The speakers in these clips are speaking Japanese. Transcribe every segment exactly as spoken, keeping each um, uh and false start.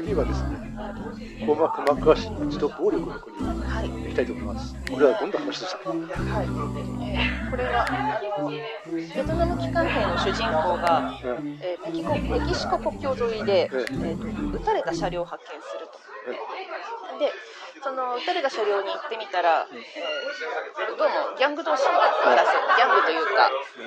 次はですね、コマクマカシ一度暴力の国に行きたいと思います。これはどんな話でしたか？はい、 えー、これはあのベトナム機関兵の主人公が、うん、えー、メキコメキシコ国境沿いで、えー、と撃たれた車両を発見すると。でその撃たれた車両に行ってみたら、えー、どうもギャング同士の争い、ギャングというか、うん、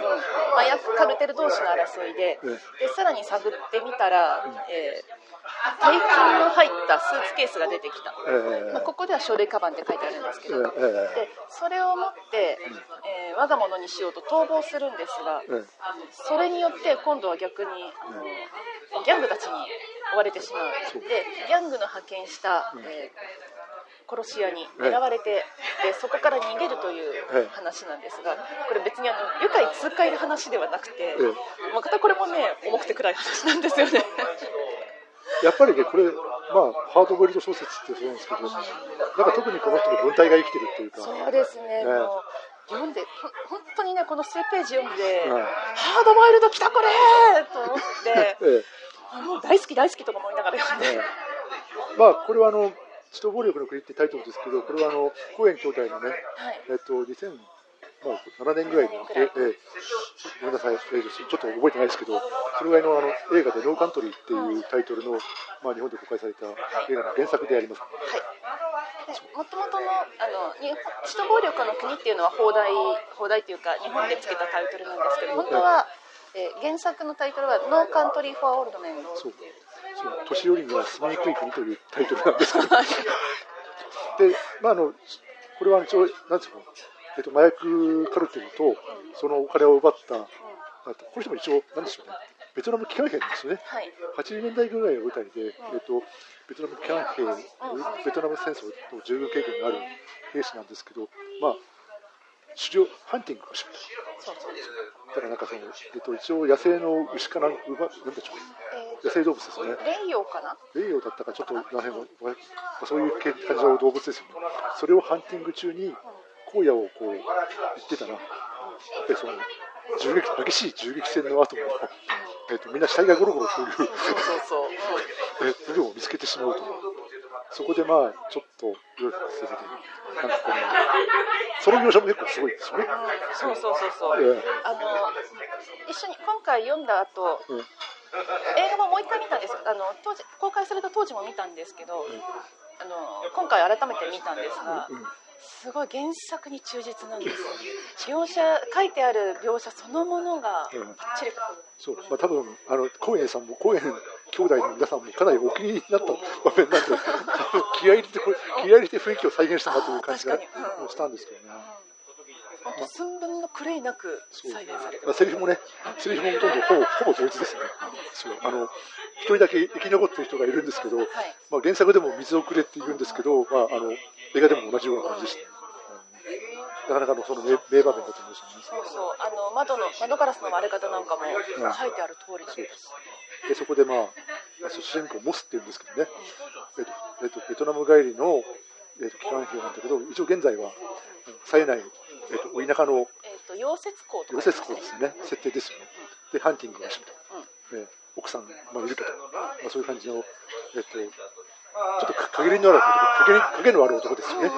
麻薬カルテル同士の争いで、でさらに探ってみたら、えー大金の入ったスーツケースが出てきた、えーまあ、ここでは書類カバンって書いてあるんですけど、えー、でそれを持って、えー、我が物にしようと逃亡するんですが、えー、それによって今度は逆に、うん、ギャングたちに追われてしまう。でギャングの派遣した、えー、殺し屋に狙われて、でそこから逃げるという話なんですが、これ別にあの愉快痛快な話ではなくて、またこれもね重くて暗い話なんですよね。 やっぱりね、これ、まあ、ハードボイルド小説ってそうなんですけど、なんか特にこの人の文体が生きてるっていうか。 そうですね、ねもう読んで、本当にね、この数ページ読んで、うん、ハードボイルド来たこれと思って、ええ、もう大好き大好きとか思いながら読んで。ええ、 まあ、これはあの、使徒暴力の国ってタイトルですけど、これはあの、コエン兄弟のね、はい、えっと、にせんもうななねんぐらいの、ええ、ごめんなさい、えー、ちょっと覚えてないですけど、それぐらいの、あの映画でノーカントリーっていうタイトルの、まあ、日本で公開された映画の原作であります。はい、 もともとのあの使徒暴力の国っていうのは放題放題っていうか日本でつけたタイトルなんですけど、本当は、えー、原作のタイトルはノーカントリー・フォア・オールド・メン。そうそう、年寄りには住みにくい国というタイトルなんですけどで、まあ、あのこれは一応なんですか、えっと、麻薬カルテルとそのお金を奪った、うん、この人も一応なんでしょうね、ベトナム機関兵なんですよね。はい、はちじゅうねんだいぐらいの舞台で、うん、えっと、ベトナム機関兵、うん、ベトナム戦争の従軍経験がある兵士なんですけど、まあ狩猟ハンティングをしました。そうそうそう。だからなんかその、えっと、一応野生の牛かな、馬なんでしょう、えー、野生動物ですよね。 レイヨウかな。 レイヨウだったかちょっとらへんも、そういう感じの動物ですよね。それをハンティング中に荒野をこう行ってたら、やっぱりその銃撃激しい銃撃戦の後も、えっとみんな死体がゴロゴロというそうそうそうえ部分を見つけてしまうと。そこでまあちょっといろいろ発生で、なんかこのその描写も結構すごいですよね。 そうそうそうそう。えー、あの一緒に今回読んだ後、うん、映画ももう一回見たんです。あの当時公開された当時も見たんですけど、うん、あの今回改めて見たんですが、うん、すごい原作に忠実なんですよ。描写書いてある描写そのものがバッチリ、うん、 そう、まあ多分あのコエンさんもコエン兄弟の皆さんもかなりお気に入りになった場面なんで、気合い入れてこれ気合い入れて雰囲気を再現したなという感じがしたんですけどね。 本当寸分の狂いなく再現されて、 まあ、セリフもね、セリフもほとんどほぼほぼ同一ですよね。そう、あの一人だけ生き残っている人がいるんですけど、はい、まあ原作でも水をくれって言うんですけど、まああの映画でも同じような感じでしたね。なかなかのその 名, 名場面だと思いますね。 そうそう、あの 窓, の窓ガラスの割れ方なんかも書いてある通りです。 うん、でそこでまあ主人公モスって言うんですけどね、えっとえっと、ベトナム帰りの、えっと、機関兵なんだけど、一応現在は冴えない、えっと、お田舎の、 えっと、溶接工とか、 溶接工ですね、設定ですよね。でハンティングをしてと、うん、奥さんもいると、まあ、そういう感じの、えっと、ちょっと陰りのある男、陰り影のある男ですよね。うん、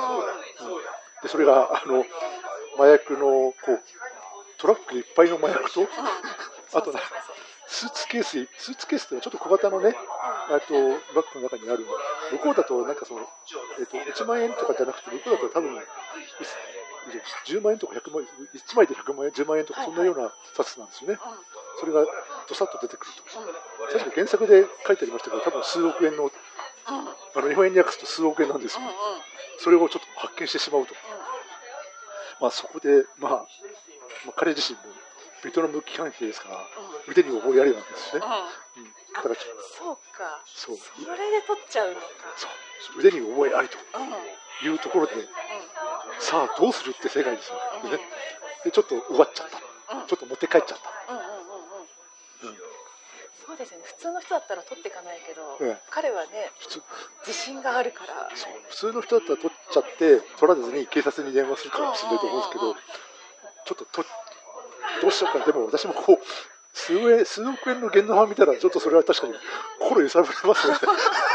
でそれがあの麻薬のこうトラックいっぱいの麻薬と、あとスーツケース、スーツケースってのはちょっと小型のね、あとバッグの中にある、向こうだとなんかその、えっと、いちまんえんとかじゃなくて、向こうだと多分じゅうまんえんとかひゃくまんえん、いちまいでひゃくまんえん、じゅうまんえんとかそんなような札なんですよね。それがどさっと出てくると。確か原作で書いてありましたけど、多分数億円の、あの日本円に訳すと数億円なんですよ。それをちょっと発見してしまうと。まあ、そこで、まあ、まあ、彼自身もベトナム機関兵ですから、腕に覚えあるわけですね。うん、だからそうか、そう、それで取っちゃうのか。 そう、腕に覚えありというところで、うん、さあどうするって世界ですよ、うん、ね。でちょっと奪っちゃった、うん、ちょっと持って帰っちゃった。うんうんうんうんうん、そうですね、普通の人だったら取っていかないけど、うん、彼はね自信があるから。 そう、普通の人だったら取っちゃって取らずに警察に電話するかもしれないと思うんですけど、ちょっととどうしようかな。でも私もこう数円数億円の現像版見たらちょっとそれは確かに心揺さぶれますね。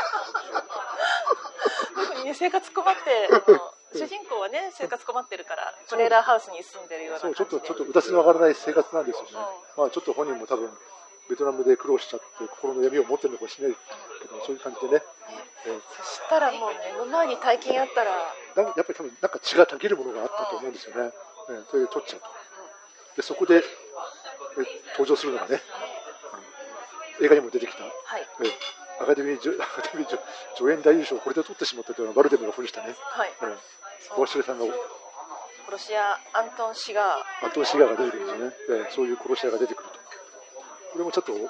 特にね生活困ってあの主人公はね生活困ってるからトレーラーハウスに住んでるような感じで、 そうちょっとちょっとうだつの上がらない生活なんですよね。うん、まあちょっと本人も多分ベトナムで苦労しちゃって心の闇を持ってるのかもしれないけど、そういう感じでね。 えー、そしたらもう目の前に大金あったらやっぱり多分なんか血がたけるものがあったと思うんですよね。うん、それで取っちゃうと。でそこで登場するのがね、うん、映画にも出てきた、はい、アカデミー助助演男優賞をこれで取ってしまったというのはバルデムが扮したね、はいうん、小橋さんが殺し屋アントン・シガーアントン・シガーが出てくるんですよね、えー、そういう殺し屋が出てくると。これもちょっと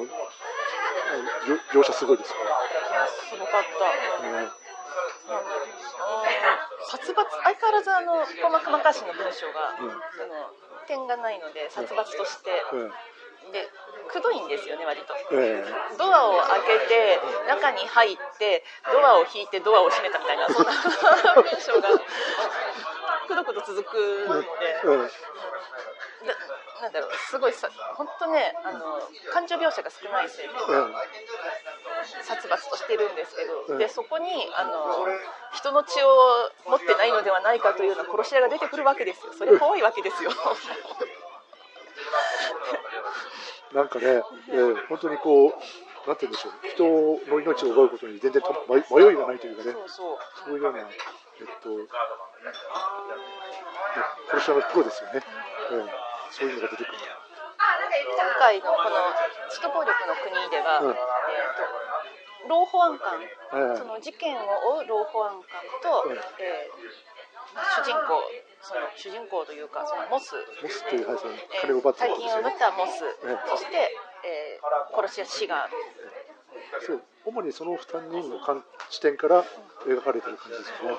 描写すごいですよね。 すごかった、うんうん、殺伐相変わらずあのコマクマカシの文章が、うん、その点がないので殺伐として、うん、でくどいんですよね割と、えー、ドアを開けて中に入ってドアを引いてドアを閉めたみたいなそんな文章がくどくど続くので、うんなんだろうすごいさ本当ねあの感情描写が少ないせいで、うん、殺伐としてるんですけど、うん、でそこにあの人の血を持ってないのではないかというような殺し屋が出てくるわけですよ。それ怖いわけですよ。 なんかね、えー、本当にこうなんて言うんでしょう人の命を奪うことに全然迷いがないというかね、そうそうそういうような、えっと、殺し屋のプロですよね。うんそういうのが出てくる。 今回のこの地区暴力の国では、うんえー、と老保安官、うん、その事件を追う老保安官と、うんえーまあ、主人公その主人公というかそのモスモスという、はい、その金を奪った大金を奪ったモス、うん、そして、えー、殺し屋シガー、 うん、そう主にそのふたりの視点から描かれている感じですよね。うん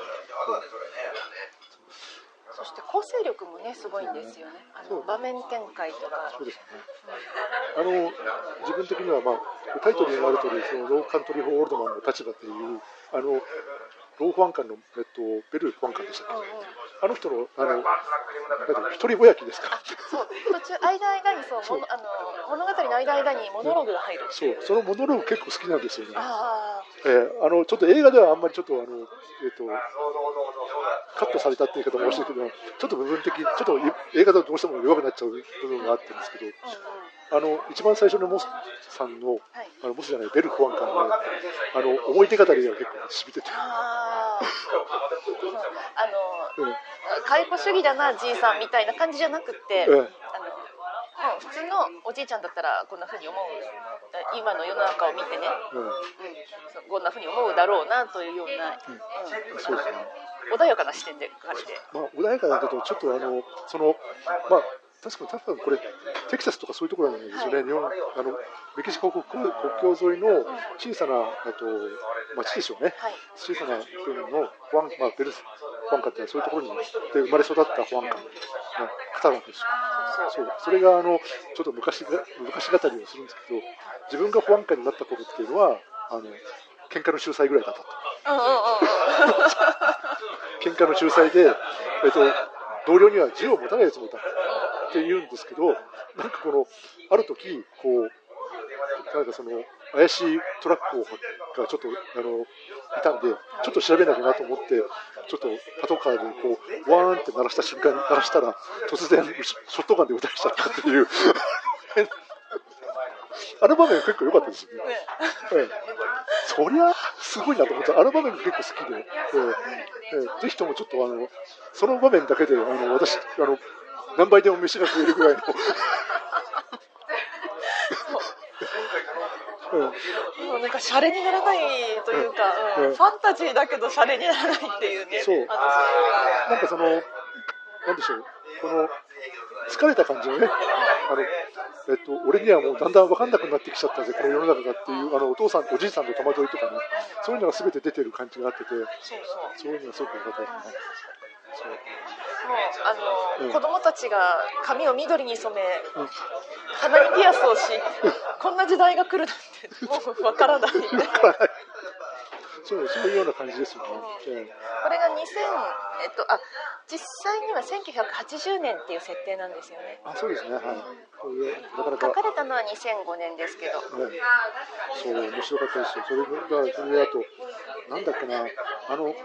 そして構成力もねすごいんですよね。あの場面展開とか。 そうですね。うん、あの自分的にはまあタイトルにある通りそのローカントリー・フォー・オールドマンの立場というあのロー保安官のえっとベル保安官でしたっけ。うんうん、あの人のあの一人ぼやきですか。 そう途中間間にそうあの物語の間間にモノローグが入る。 そうそのモノローグ結構好きなんですよね。あえー、あのちょっと映画ではあんまりちょっとあのえっとカットされたっていう言い方も惜しいけど、ちょっと部分的ちょっと映画だとどうしても弱くなっちゃう部分があってるんですけど、うんうん、あの一番最初のモスさんの、あのモスじゃないベル保安官のあの思い出語りが結構染みてて、ああの、うん、解雇主義だなじいさんみたいな感じじゃなくて、うん、あのもう普通のおじいちゃんだったらこんな風に思う今の世の中を見てね、うんうん、こんな風に思うだろうなというような、うんうん、そうですね穏やかな視点で書かれて、 まあ、穏やかだけどちょっとあのそのまあ確かに多分これテキサスとかそういうところなんですよね、はい、日本あのメキシコ国国境沿いの小さな、うん、と町でしょうね、はい、小さな国の保安、まあ、ベルス保安官ってそういうところにで生まれ育った保安官の方なんですよ。そうそれがあのちょっと昔が昔語りをするんですけど自分が保安官になった頃っていうのはあの喧嘩の仲裁ぐらいだったと。喧嘩の仲裁で、えっと、同僚には銃を持たないやつもいたって言うんですけど、なんかこのある時こうなんかその怪しいトラックがちょっとあのいたんでちょっと調べなきゃなと思ってちょっとパトカーでこうワーンって鳴らした瞬間に鳴らしたら突然ショットガンで撃たれちゃったっていうあの場面結構良かったですよね。ええ、そりゃすごいなと思ってあの場面結構好きで、ええええ、ぜひともちょっとあのその場面だけであの私あの何倍でも飯が食えるぐらいのうん、もうなんかシャレにならないというか、うんうん、ファンタジーだけどシャレにならないっていうね。そうなんかそのなんでしょうこの疲れた感じのねあの、えっと、俺にはもうだんだん分かんなくなってきちゃったぜこの世の中がっていうあのお父さんおじいさんの戸惑いとかねそういうのが全て出てる感じがあっててそうそうそういうのがすごく良かったですね。そうもうあの、うん、子供たちが髪を緑に染め、うん、鼻にピアスをし、うん、こんな時代が来るなんてもう分からないそう、そういうような感じですよね。 うん、これがにせん、えっと、あ、実際にはせんきゅうひゃくはちじゅうねんっていう設定なんですよね。 あ、そうですね。はい。こういうなかなか書かれたのはにせんごねんですけど。 ね、そう、面白かったですよ。それが、それであと、なんだっけな、あの、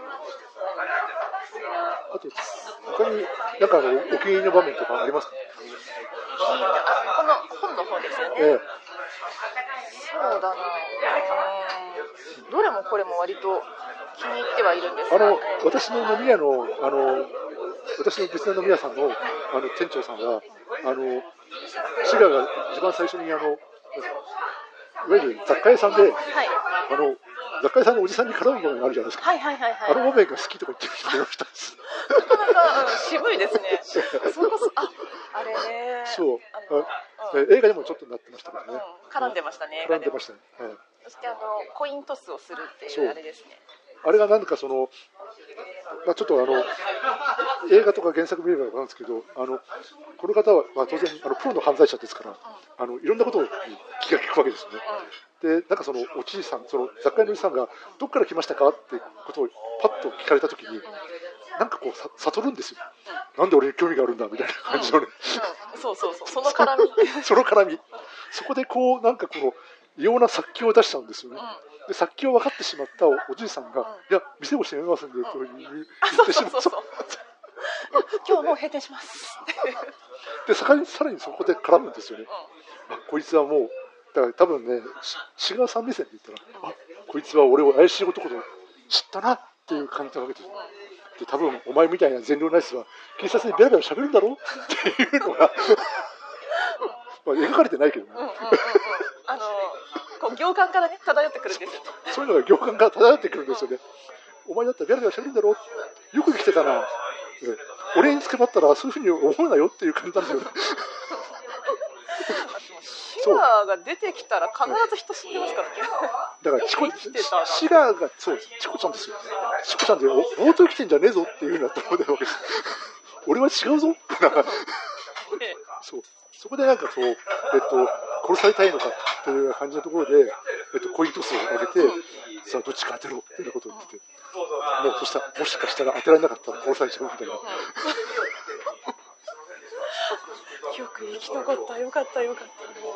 あと、他に、なんかあの、お気に入りの場面とかありますか？ あ、この本の方ですよね。ええ、そうだな。どれもこれも割と気に入ってはいるんですが、 あの、私の飲み屋の、あの、私の別の飲み屋さんの、あの店長さんが、あの、シガが一番最初にあの、いわゆる雑貨屋さんで、はい、あの雑貨屋さんのおじさんに絡む場面があるじゃないですか。 はいはいはいはい、 あの場面が好きとか言ってる人がいましたです。 なかなか、うん、渋いですね。それこそ、あ、あれね。 そう。 あの、 うん、映画でもちょっとなってましたけどね。 うん、絡んでましたね。 絡んでましたね。はい、 そしてあのコイントスをするっていうあれですね。 あれがなんかその、まあ、ちょっとあの映画とか原作見れば分かるんですけど、あのこの方は、まあ、当然あのプロの犯罪者ですから、うん、あのいろんなことを気が利くわけですよね。うん、でなんかそのおじいさん、その雑貨屋のおじさんがどっから来ましたかってことをパッと聞かれたときに、うん、なんかこうさ悟るんですよ。うん、なんで俺に興味があるんだみたいな感じのね。 うんうん、そうそうそう、その絡みその絡み、そこでこうなんかこの異様な殺気を出しちゃうんですよね。うんで殺気を分かってしまったおじいさんが、うん、いや店を閉めますんで、うん、と言ってしまった。 今日もう閉店しますでさらにさらにそこで絡むんですよね。うん、あこいつはもうだから多分ね志賀さん目線で言ったら、あこいつは俺を怪しい男と知ったなっていう感じなわけですよ。で多分お前みたいな善良なやつは警察にベラベラ喋るんだろっていうのがまあ描かれてないけどね。うんうんうんうん、 あのこう行間からね漂ってくるんですよ。 そういうのが行間から漂ってくるんですよね。お前だったらベラベラ喋るんだろ、よく生きてたな、俺に捕まったらそういうふうに思うなよっていう感じなんですよね。 シガーが出てきたら必ず人死んでますからね。 だからチコシガーがそうチコちゃんですよ。チコちゃんでお冒頭来てんじゃねえぞっていうふうになったのでわけです。俺は違うぞってなんかそうそこでなんかそう、えっと、殺されたいのかという感じのところで、えっと、コイントスを上げて、さあどっちか当てろっていうようなことを言ってて、もうそしたらもしかしたら当てられなかったら殺されちゃうみたいな。よく生き残った、よかったよかった。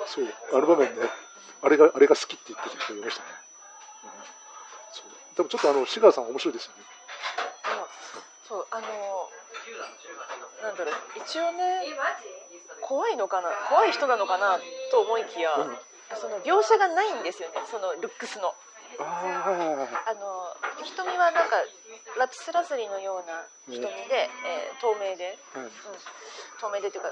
そうあの場面ね、あれがあれが好きって言ってた人がいましたね。うん、そうでもちょっとあのシガーさん面白いですよね。 そうあのなんだろう一応ね怖いのかな怖い人なのかなと思いきや、うん、その描写がないんですよね、そのルックスの。ああの瞳はなんかラピスラズリのような瞳で、ねえー、透明で、うんうん、透明でというか、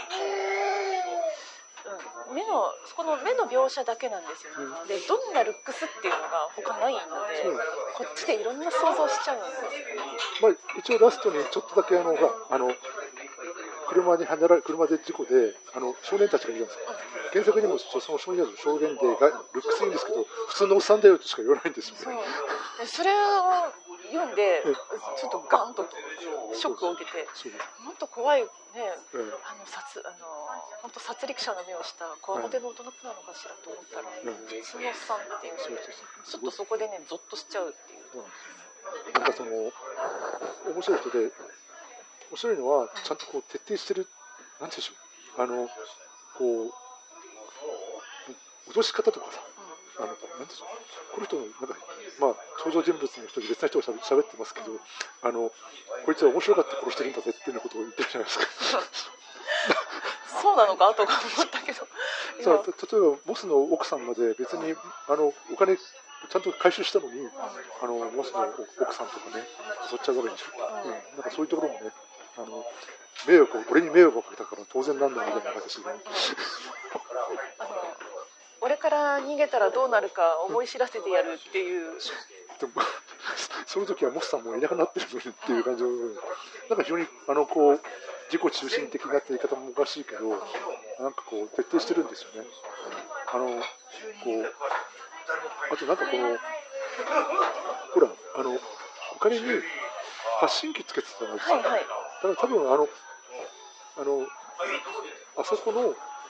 うん、目のこの目の描写だけなんですよね。うん、でどんなルックスっていうのが他ないので、うん、こっちでいろんな想像しちゃうんですよ。 まあ、一応ラストにちょっとだけあのほらあの車にはねられ車で事故であの少年たちがいるんですか。原作にもその少年たちの証言でがルックスいいんですけど普通のおっさんだよとしか言わないんですよね。 そうそれを読んでちょっとガンとショックを受けて、もっと怖いね、あの殺あの本当殺戮者の目をしたこわもての大人なのかしらと思ったら、普通のおっさんっていうのでちょっとそこでねゾッとしちゃうっていう。 なんかその面白い人で面白いのはちゃんとこう徹底してる、なんていうんでしょう、あのこう脅し方とかさ、あのなんていうんでしょう、この人のなんかまあ登場人物の人で別な人がしゃべってますけど、あのこいつは面白がって殺してるんだぜっていうようなことを言ってるじゃないですか。 そうなのかとか思ったけど。 さあ例えばボスの奥さんまで別にあのお金ちゃんと回収したのに、あのボスの奥さんとかね襲っちゃうわけでしょ。うん、なんかそういうところもね、あの迷惑を俺に迷惑をかけたから当然なんだみたいな形で、ね、 あの俺から逃げたらどうなるか思い知らせてやるっていう。 でもその時はモスさんもいなくなってるのにっていう感じの、なんか非常にあのこう自己中心的なって言い方もおかしいけど、なんかこう徹底してるんですよね。あのこうあとなんかこのほらあのお金に発信機つけてたじゃないですか。はいはい、だから多分あのあのあそこの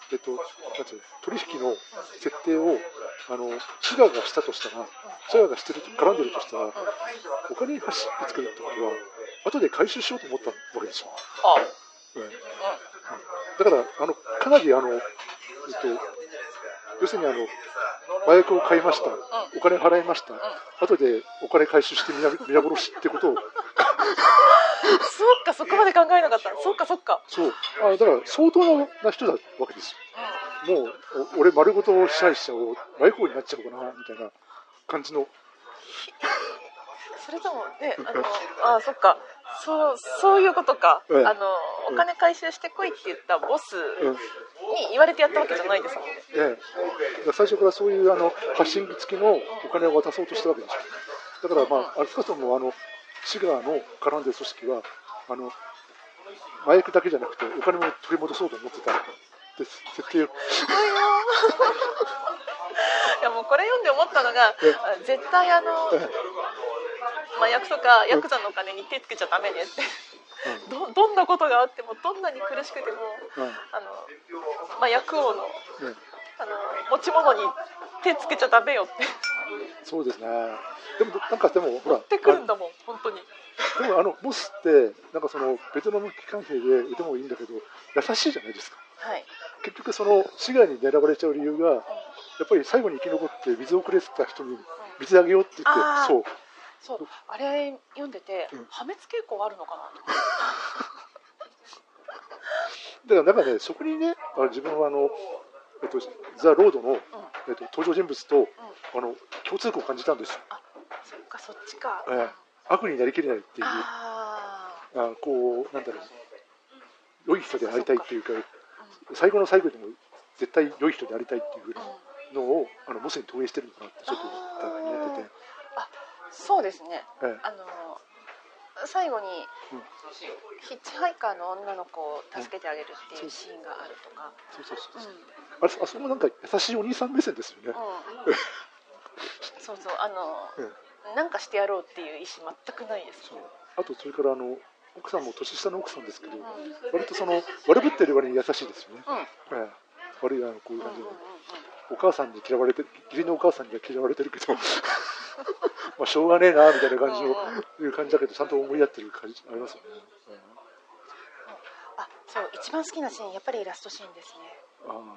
えっと、なんていうの、取引の設定をあのシガーがしたとしたら、シガーがしてる絡んでるとしたら、お金に走って作るってことは後で回収しようと思ったわけですよ。 あ、 うんうん、だからあのかなりあの、えっと、要するにあの麻薬を買いました、お金払いました、後でお金回収して皆殺しってことをそっか、そこまで考えなかった。そっかそっか。 そう、あだから相当な人だわけですよ。もう俺丸ごと支配しちゃおう、麻薬王になっちゃおうかなみたいな感じの。 それともね、あのあそっか、そうそういうことか。 ええ、 あのお金回収してこいって言ったボスに言われてやったわけじゃないですもんね。 ええ、最初からそういうあの発信機付きのお金を渡そうとしたわけですよ。だからまあ、あれ少なくともあのシガーの絡んでる組織はあの麻薬だけじゃなくてお金も取り戻そうと思ってたです設定を。 いやもうこれ読んで思ったのが、絶対あの麻薬とかヤクザのお金に手つけちゃダメねって、うん、ど, どんなことがあってもどんなに苦しくても、うん、あの麻薬王の、うん、あの持ち物に手つけちゃダメよって。 そうですね。でもなんかでもほら持ってくるんだもん本当に。 でもあのボスってなんかそのベトナム機関兵でいてもいいんだけど優しいじゃないですか。 はい、 結局そのシガーに狙われちゃう理由が、うん、やっぱり最後に生き残って水をくれてた人に水あげようって言って、うん、そうそうあれ読んでて、うん、破滅傾向あるのかなと。 だからなんかね、そこにね、あの自分はあの、えっと、ザ・ロードの、うんえっと、登場人物と、うん、あの共通項を感じたんですよ。 あ、そっかそっちか、 えー、悪になりきれないっていう、 ああこうなんだろう、良い人でありたいっていうか、うん、最後の最後でも絶対良い人でありたいっていうのを、うん、あのボスに投影してるのかなってちょっと思ってて。 あ、そうですね。 えー、 あの最後に、うん、ヒッチハイカーの女の子を助けてあげるっていうシーンがあるとか、 そうそうそうそう、うん、あれあそこもなんか優しいお兄さん目線ですよね。うん、 そうそう、あの、うん、なんかしてやろうっていう意思全くないです。 そう、あとそれからあの奥さんも年下の奥さんですけど、うん、割とその悪ぶってる割に優しいですよね。うん、ええ、悪いあのこういう感じで、うんうんうんうん、お母さんに嫌われて義理のお母さんには嫌われてるけど。まあしょうがねえなみたいな感じの、うん、いう感じだけどちゃんと思いやってる感じありますよね。うん、 あ、そう一番好きなシーンやっぱりラストシーンですね。ああの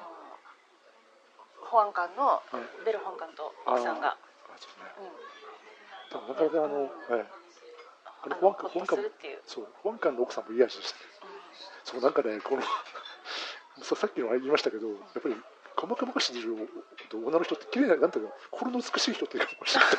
保安官の、はい、ベル保安官と奥さんが。ああそうね。うん、なかなかあの、ええ、あの保安官保安官そう保安官の奥さんも嫌いでした、ね。うん、そうなんかねこのさっきの言いましたけどやっぱり。かまかまかしてる女の人って綺麗な、なんていうか心の美しい人っていうかもしれない。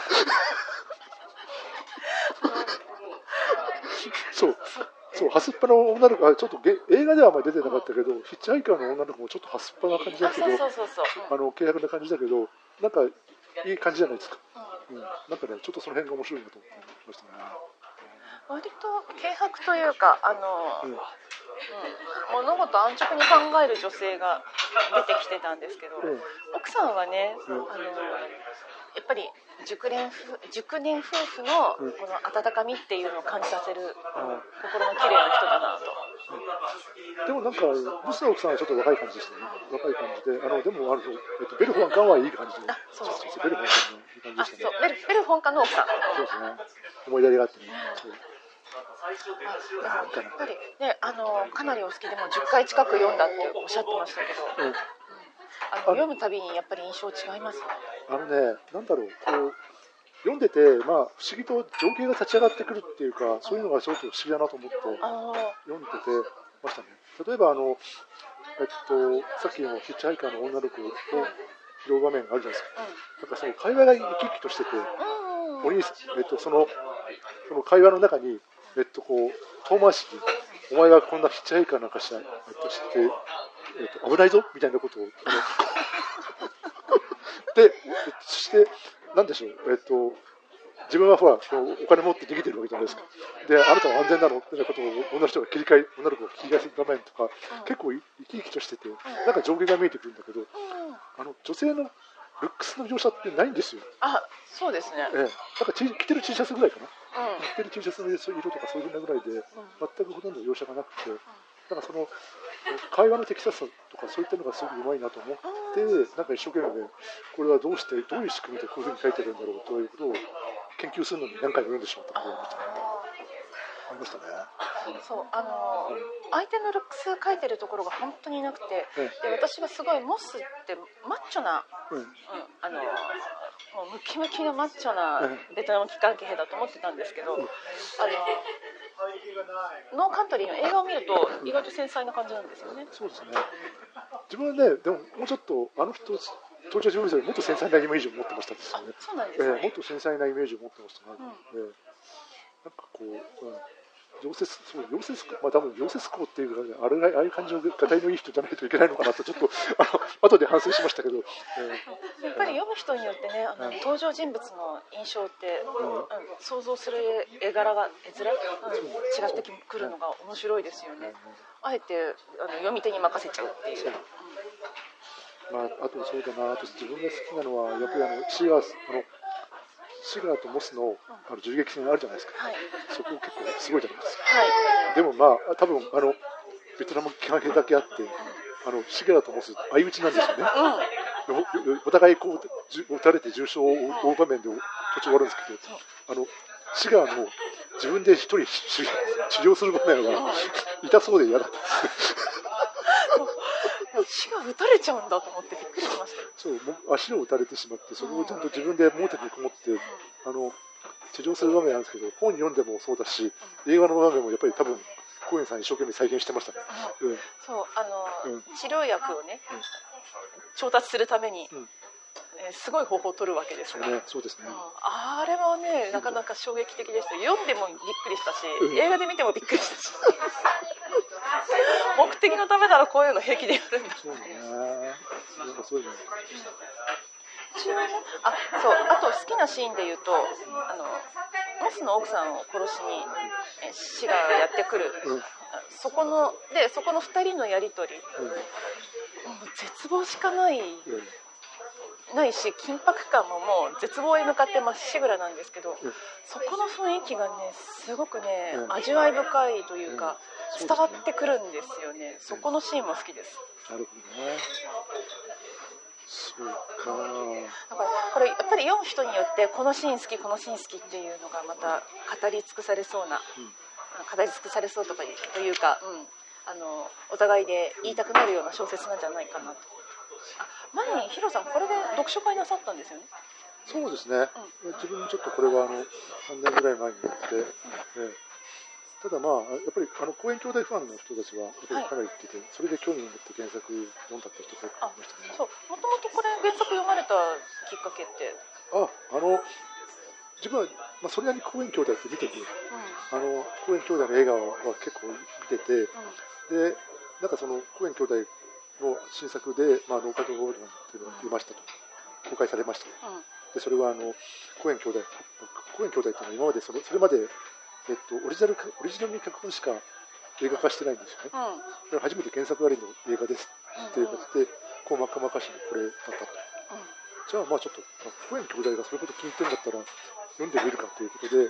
そうそう、ハスっぱの女の子はちょっと映画ではあまり出てなかったけど、うん、ヒッチハイカーの女の子もちょっとハスっぱな感じだけど、あの軽薄な感じだけど、なんかいい感じじゃないですか。うん、なんかねちょっとその辺が面白いなと思ってましたね。 割と軽薄というかあの。うんうん、物事安直に考える女性が出てきてたんですけど、うん、奥さんはね、うん、あのやっぱり熟年熟年夫婦のこの温かみっていうのを感じさせる、うん、心の綺麗な人だなと、 うん、でもなんかボスの奥さんはちょっと若い感じでしたね。若い感じで、あのでもあの、えっと、ベル本館はいい感じで、あ、そうそうそう、ベル本館のいい感じでしたね。 あ、そう、ベル、ベル本館の奥さん、 そうですね、思いやりがあってね、そう。 やっぱりね、あのかなりお好きでもじゅっかい近く読んだっておっしゃってましたけど、うん、あの読むたびにやっぱり印象違いますね。 あのね、なんだろう、こう読んでて、まあ、不思議と情景が立ち上がってくるっていうか、そういうのがすごく不思議だなと思って読んでてましたね。例えばあの、えっと、さっきのヒッチハイカーの女の子を拾う場面があるじゃないですか。うん、なんかその会話が生き生きとしてて、お兄さん、えっと、そのその会話の中にえっと、こう遠回しにお前がこんなヒッチハイカーなんかした、えっと、して、えっと、危ないぞみたいなことをで、そして何でしょう、えっと、自分はほらお金持って逃げてるわけじゃないですか。で、あなたは安全なのってなことを女の人が切り替え女の子が切り替えする場面とか、結構生き生きとしててなんか上下が見えてくるんだけど、あの女性のルックスの描写ってないんですよ。 あ、そうですね。 ええ、なんか着てる T シャツぐらいかな。うん、着てる T シャツの色とかそういうふうなぐらいで、うん、全くほとんど描写がなくて、ななんかその会話の適切さとかそういったのがすごくうまいなと思って、なんか一生懸命これはどうしてどういう仕組みでこういうふうに書いてるんだろうということを研究するのに何回も読んでしまったことがありましたね。ありましたね。 そうあのーうん、相手のルックス書いてるところが本当になくて、うん、で私はすごいモスってマッチョな、うんうん、あのーもうムキムキのマッチョなベトナム機関兵だと思ってたんですけど、うん、あのノーカントリーの映画を見ると意外と繊細な感じなんですよね。 そうですね。自分はね、でももうちょっとあの人登場人物よりもっと繊細なイメージを持ってましたですよね。 そうなんですね、 えー、もっと繊細なイメージを持ってましたね。うん、えー、なんかこう、うん溶接そう溶接工、まあ多分溶接工っていうか、ね、あれああいう感じのがたいのいい人じゃないといけないのかなとちょっとあの後で反省しましたけど、 えー、やっぱり読む人によってね、あの、うん、登場人物の印象って、うんうん、想像する絵柄が絵面、うん、違ってくるのが面白いですよね。あえてあの読み手に任せちゃうっていう。 うん、まああとそうだな、あと自分が好きなのはやっぱりあのシガーあのシガーとモスのあの銃撃戦あるじゃないですか、はい、そこ結構すごいじゃないですか、はい、でもまあ多分あのベトナム機関兵だけあって、うん、あのシガーとモス相打ちなんですよね、うん、お, お互いこう撃たれて重傷を負う場面で途中終わるんですけど、あのシガーの自分で一人治療する場面が痛そうで嫌だったんです足が打たれちゃうんだと思ってびっくりしました。 そう足を打たれてしまってそこをちゃんと自分で盲点にこもって、うん、あの治療する場面なんですけど本読んでもそうだし、うん、映画の場面もやっぱり多分コエンさん一生懸命再現してましたね、 うんうん、そうあの、うん、治療薬をね、うん、調達するために、うんえー、すごい方法を取るわけですから、 ね、そうですね、うん、 あれはねなかなか衝撃的でした。読んでもびっくりしたし、うん、映画で見てもびっくりしたし目的のためならこういうの平気でやるんだ。 そうね。なんかそういうの。 あ、そうあと好きなシーンで言うと、あのモスの奥さんを殺しにシガがやってくる、うん、そこのでそこのふたりのやり取り、うん、もう絶望しかない。うんないし緊迫感ももう絶望へ向かってまっしぐらなんですけど、うん、そこの雰囲気がねすごくね、うん、味わい深いというか、うん、伝わってくるんですよね、うん、そこのシーンも好きです。 なるほどね。そうか。 だからこれやっぱり読む人によってこのシーン好きこのシーン好きっていうのがまた語り尽くされそうな、うん、語り尽くされそうとかというか、うん、あのお互いで言いたくなるような小説なんじゃないかなと。あ、前にヒロさんこれで読書会なさったんですよね。 そうですね、うん、自分もちょっとこれはあのさんねんぐらい前にやって、うんえー、ただまあやっぱりあの公園兄弟ファンの人たちはやっぱりかなり言ってて、はい、それで興味を持って原作読んだって人がいましたね。 そう、もともとこれ原作読まれたきっかけって。 あ、あの自分は、まあ、それなりに公園兄弟って見てて、うん、あの公園兄弟の映画は結構見てて、うん、でなんかその公園兄弟の新作で、まあ、ノーカットゴールドっていうのが出ましたと、公開されました、うん、でそれはあのコエン兄弟コエン兄弟っていうのは今までそれ、それまで、えっと、オリジナルオリジナルに脚本しか映画化してないんですよね、うん、だから初めて原作ありの映画ですっていう形で、こうまかまかしにこれだったと、うん、じゃあまあちょっとコエン兄弟がそれほど気に入ってるんだったら読んでみるかということで、うん、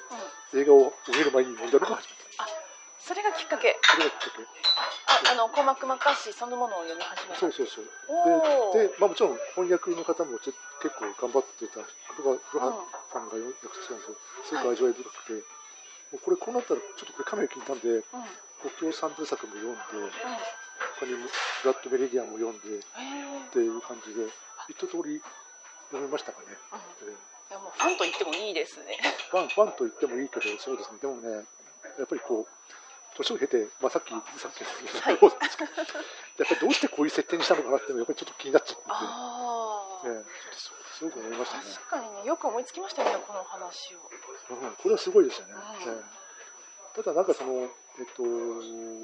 映画を見る前に読んだのが初めて。 あ、それがきっかけ。 それがきっかけ。 あ、あのコマクマカシそのものを読み始めた。 そうそうそう。で、でまあ、もちろん翻訳の方も結構頑張ってた黒羽ファンが訳してたんですけど、すごく味わい深くて、はい、もうこれこうなったらちょっとこれカメラ聞いたんで、うん、国境三部作も読んで、うん、他にもブラッドメリディアンも読んでっていう感じで一通り読みましたかね。うん、 いやもうファンと言ってもいいですね。 ファンファンと言ってもいいけど、そうですね。でもね、やっぱりこう年を経て、まあ、さっきさっき、はい、やっぱりどうしてこういう設定にしたのかなっていうのがやっぱりちょっと気になっちゃって、あ、えー、すごく思いましたね。 確かにね、よく思いつきましたね、この話を。 うん、これはすごいですよね。うん、えー、ただなんかそのえっと、うん、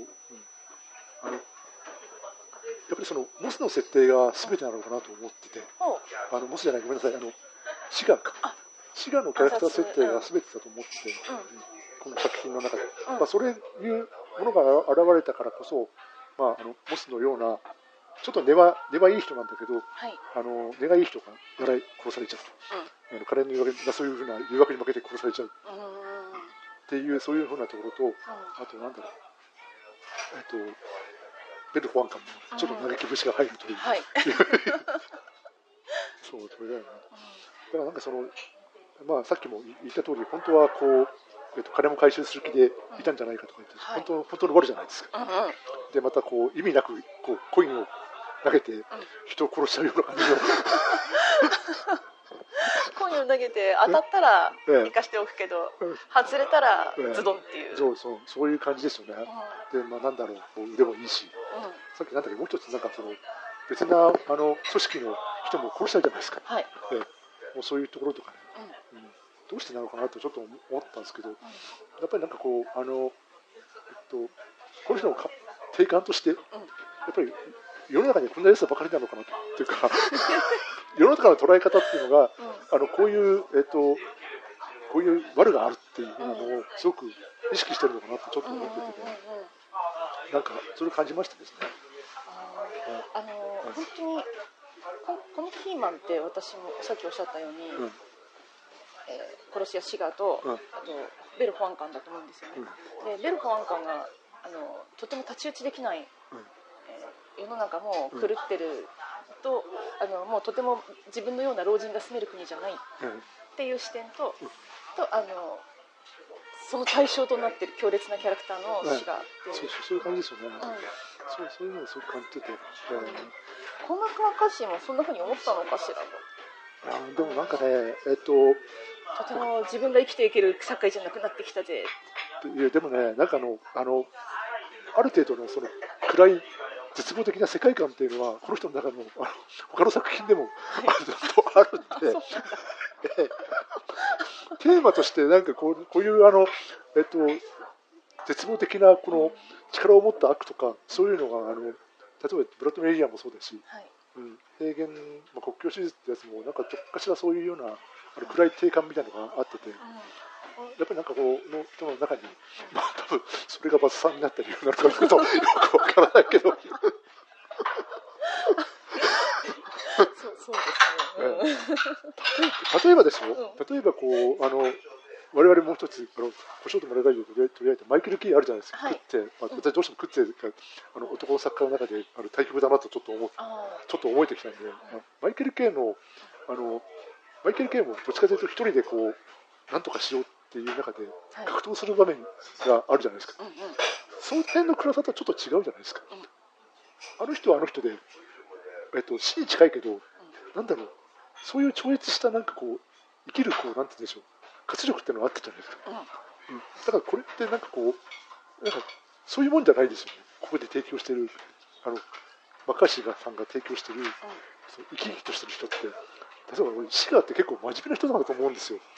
あのやっぱりそのモスの設定が全てなのかなと思ってて、うん、あのモスじゃないごめんなさい、あのシガかシガのキャラクター設定が全てだと思ってて。うんうん、この作品の中で、うん、まあ、それいうものが現れたからこそ、まあ、あのモスのようなちょっと根は根はいい人なんだけど、はい、あの根がいい人が狙い殺されちゃうと、うん、あの彼の誘惑そういうふうな誘惑に負けて殺されちゃうっていうそういうふうなところと、うん、あとなんだろう、えっとベル保安官もちょっと嘆き節が入るという、うん、はいそうそれだよね、だからなんかその、まあ、さっきも言った通り本当はこう、えっと、金も回収する気でいたんじゃないかとか言って、うん、本当本当の悪じゃないですか、うんうん、でまたこう意味なくこうコインを投げて人を殺しちゃうような感じの、うんコインを投げて当たったら生かしておくけど、うん、外れたらズドンっていう、 そうそうそういう感じですよね、うん、でまあなんだろうこう腕もいいし、うん、さっきなんだっけもう一つなんかその別なあの組織の人も殺したいじゃないですか、はい、でもうそういうところとかね、うんうん、どうしてなのかなとちょっと思ったんですけど、うん、やっぱりなんかこうあの、えっと、この人のか定感として、うん、やっぱり世の中にこんなやつばかりなのかなっていうか世の中の捉え方っていうのが、うん、あのこういう、えっと、こういう悪があるっていうのをすごく意識してるのかなってちょっと思っててね、なんかそれを感じましたですね。 あの、はい、本当にこのキーマンって私もさっきおっしゃったように、うんえー、殺し屋シガと、うん、あとベル保安官だと思うんですよね、うん、でベル保安官があのとても太刀打ちできない、うんえー、世の中も狂ってると、うん、あのもうとても自分のような老人が住める国じゃないっていう視点と、うん、とあのその対象となっている強烈なキャラクターのシガって、 はい、そうそうそういう感じですよね、うん、そうそういうのをすごく感じてて、えー、 コーマクマカシーもそんな風に思ったのかしらと。 あでもなんかねえっととても自分が生きていける社会じゃなくなってきたぜ。 いやでもねなんかあのあのある程度のその暗い絶望的な世界観っていうのはこの人の中のあの他の作品でも、はい、あるんでテーマとしてなんかこう、こういうあの、えっと、絶望的なこの力を持った悪とかそういうのがあの例えばブラッドメリアもそうですし、はいうん、平原、まあ、国境手術ってやつもなんかどっかしらそういうようなあの暗い定感みたいなのがあってて、うん、やっぱりなんかこうの人の中に、まあ、多分それがバツさんになった理由なのかとよくわからないけどそうそうですね、 うん、例えばですよ、例えばこうあの我々もう一つあの小ショート村ラジオで取り上げてマイケル・キーあるじゃないですか、はい、クッテ、まあ、私どうしてもクッテあの男の作家の中であの対局だなとちょっと思っちょっと思えてきたんで、マイケル・ケーのあのマイケル・ケーもどっちかというと一人でこうなんとかしようっていう中で格闘する場面があるじゃないですか、はいうんうん、その辺の暗さとちょっと違うじゃないですか、うん、あの人はあの人で、えっと、死に近いけど、うん、なんだろうそういう超越したなんかこう生きるこうなんて言うんでしょう活力っていうのがあったじゃないですか、うんうん、だからこれってなんかこうなんかそういうもんじゃないですよねここで提供しているあのマッカーシーさんが提供している、うん、その生き生きとしてる人って例えばシガーって結構真面目な人なんだと思うんですよ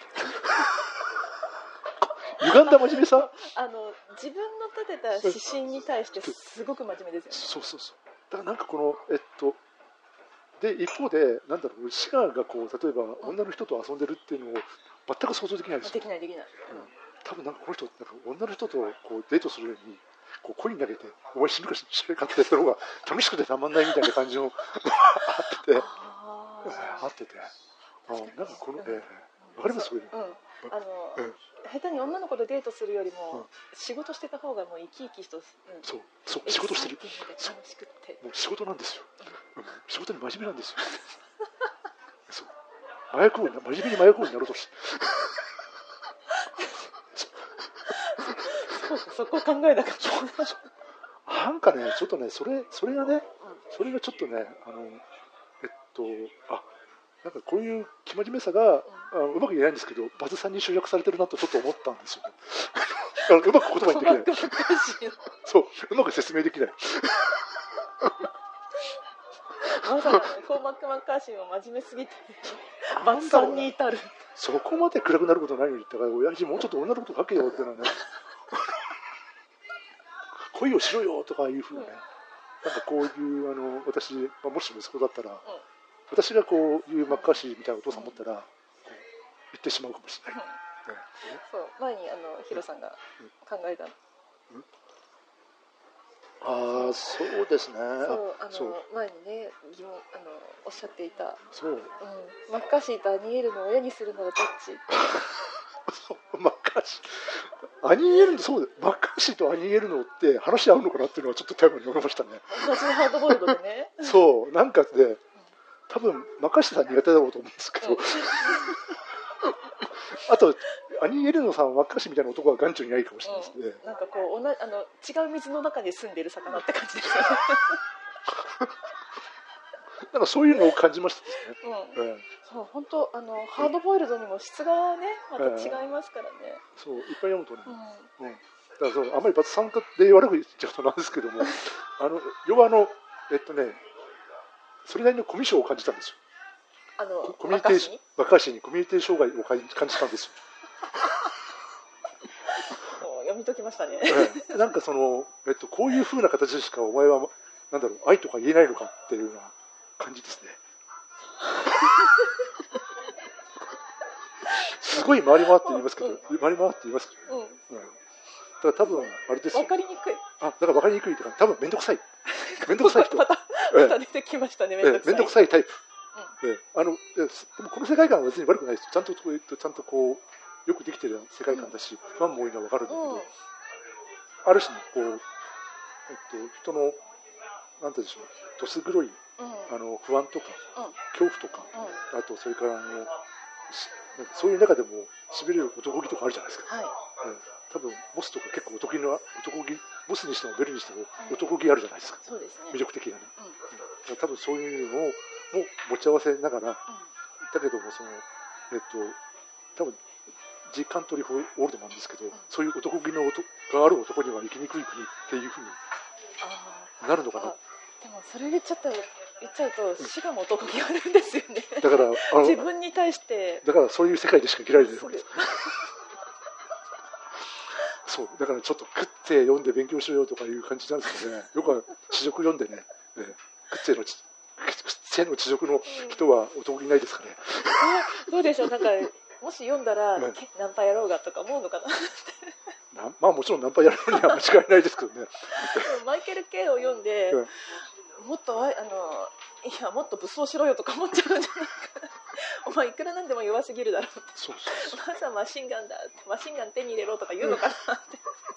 歪んだ真面目さあの自分の立てた指針に対してすごく真面目ですよねそうそうそうだからなんかこのえっとで一方でなんだろうシガーがこう例えば女の人と遊んでるっていうのを全く想像できないですよ。 できないできない。うん、 多分なんかこの人なんか女の人とこうデートするようにこうコイン投げてお前死ぬか死ぬかってやった方が楽しくてたまんないみたいな感じのあっててあっててあなんかこのえー、わかりますそういうの。うん、 あの、うん、下手に女の子とデートするよりも、うん、仕事してた方がもう生き生きと、うん、 そうそう仕事してる楽しくってもう仕事なんですよ、うん、仕事に真面目なんですよそう麻薬王に真面目に麻薬王になろうとしてそうそこ考えなかったなんかねちょっとねそれそれがね、うん、それがちょっとねあのえっとあなんかこういう生真面目さが、うん、あうまく言えないんですけどバズさんに集約されてるなとちょっと思ったんですよねあのうまく言葉にできないそううまく説明できないまさかねコーマック・マッカーシーも真面目すぎてバズさんに至るそこまで暗くなることないのにだから親父もうちょっと女のこと書けよっていうのはね恋をしろよとかいうふうにね、うん、なんかこういうあの私、まあ、もし息子だったら、うん、私がこういうマッカーシーみたいなお父さん持ったら、うん、こう言ってしまうかもしれない、うんね、 そう前にあのヒロさんが考えた、うんうん、 ああそうですねそうあのそう前にね疑問あのおっしゃっていたそう、うん、マッカーシーとアニエルの親にするならどっちそうマッカーシーアニエルノ、そうマッカーシーとアニエルノって話し合うのかなっていうのはちょっとタイムに思いましたね。 同じハードボイルドでね。 そうなんかで、多分マッカーシーさん苦手だろうと思うんですけど、うん、あとアニエルノさんはマッカーシーみたいな男は眼中にないかもしれないですね。 うん、なんかこうおなあの違う水の中に住んでる魚って感じですよね。 なんかそういうのを感じましたですね。 うんえー、そう本当あのハードボイルドにも質がねまた違いますからね。えー、そういっぱい読むとね、うんうん、だからそうあんまりバツ参加で悪く言っちゃうとなんですけども、あの要はあのえっとねそれなりのコミュ障を感じたんですよ。 あのコミュニティ若いにコミュニティ障害を感じたんですよ。 読み解きましたね。 えー、なんかそのえっとこういう風な形でしかお前はなんだろう愛とか言えないのかっていうような感じですね。すごい回り回って言いますけど、うん、回り回って言いますけど、ねうんうん、だから多分あれですよ。 分かりにくい。 あ、だから分かりにくいというか、多分面倒くさい。面倒くさい人。 またまた出てきましたね。 面倒くさいタイプ。うん、えあのでもこの世界観は別に悪くないですよ。ちゃんとこうちゃんとこうよくできてる世界観だし、うん、ファンも多いのは分かるんだけど、うん、ある種のこうえっと人のなんていうんでしょう、どす黒い、うん、あの不安とか、うん、恐怖とか、うん、あとそれからあのなんかそういう中でもしびれる男気とかあるじゃないですか。はい、うん、多分ボスとか結構男気の男気、ボスにしてもベルにしても男気あるじゃないですか。うん、そうですね。魅力的なね。うんうん、多分そういうのをも持ち合わせながら、うん、だけどもそのえっと多分ジ・カントリー・フォー・オールドなんですけど、うん、そういう男気の男がある男には生きにくい国っていうふうになるのかな。 でもそれ言っちゃったら言っちゃうと滋賀も男気あるんですよね。 だからあの自分に対してだからそういう世界でしか生きられないわけです。そうだからちょっと食って読んで勉強しようとかいう感じなんですけどね。よく地獄読んでね、えー、食っての地食の地獄の人は男気ないですかね。 どうでしょう。なんかもし読んだら、うん、ナンパやろうがとか思うのかな。 まあもちろんナンパやるには間違いないですけどね。 マイケル・ケイを読んで、うん、もっとあのいやもっと武装しろよとか思っちゃうんじゃないか。お前いくらなんでも弱すぎるだろうって。そうそうそうまずはマシンガンだってマシンガン手に入れろとか言うのかなって。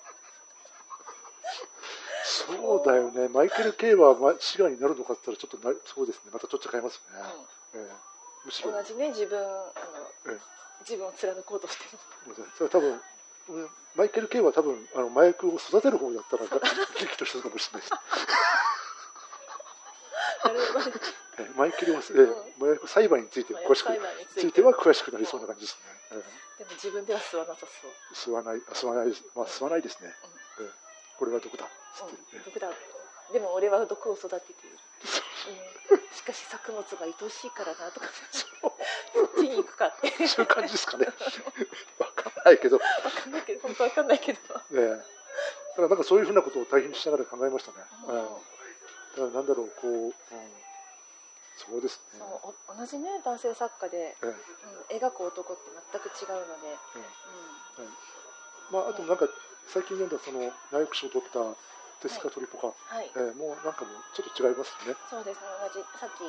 うん、そうだよね。マイケル・ケイは志願になるのかって言ったらちょっとなそうですね。またちょっと変えますよね。うんえー、むしろ同じね自分あの、えー、自分を貫こうとしても。 それ多分マイケル・ケイは多分あの麻薬を育てる方だったら生きとしてるかもしれないです。マイケルは、えー、麻薬栽培について詳しくついては詳しくなりそうな感じですね。 でも自分では吸わなさそう。 吸わない、吸わないです。まあ吸わないですね。うんえー、これは毒だ。 うん、毒だ。でも俺は毒を育てている。えー、しかし作物が愛おしいからなとか。そっちに行くかって。 そういう感じですかね。わかんないけど。 わかんないけど、本当わかんないけど。 ね、だからなんかそういうふうなことを大変にしながら考えましたね。うん、だからなんだろうこう、うん、そうですね。 そう同じね男性作家で、うん、描く男って全く違うので。 うんうんはい、まああとなんか最近読んだそのナイフ賞を取ったテスカトリポカ、はいえー、もうなんかもうちょっと違いますね。 そうですね。同じさっき、うん、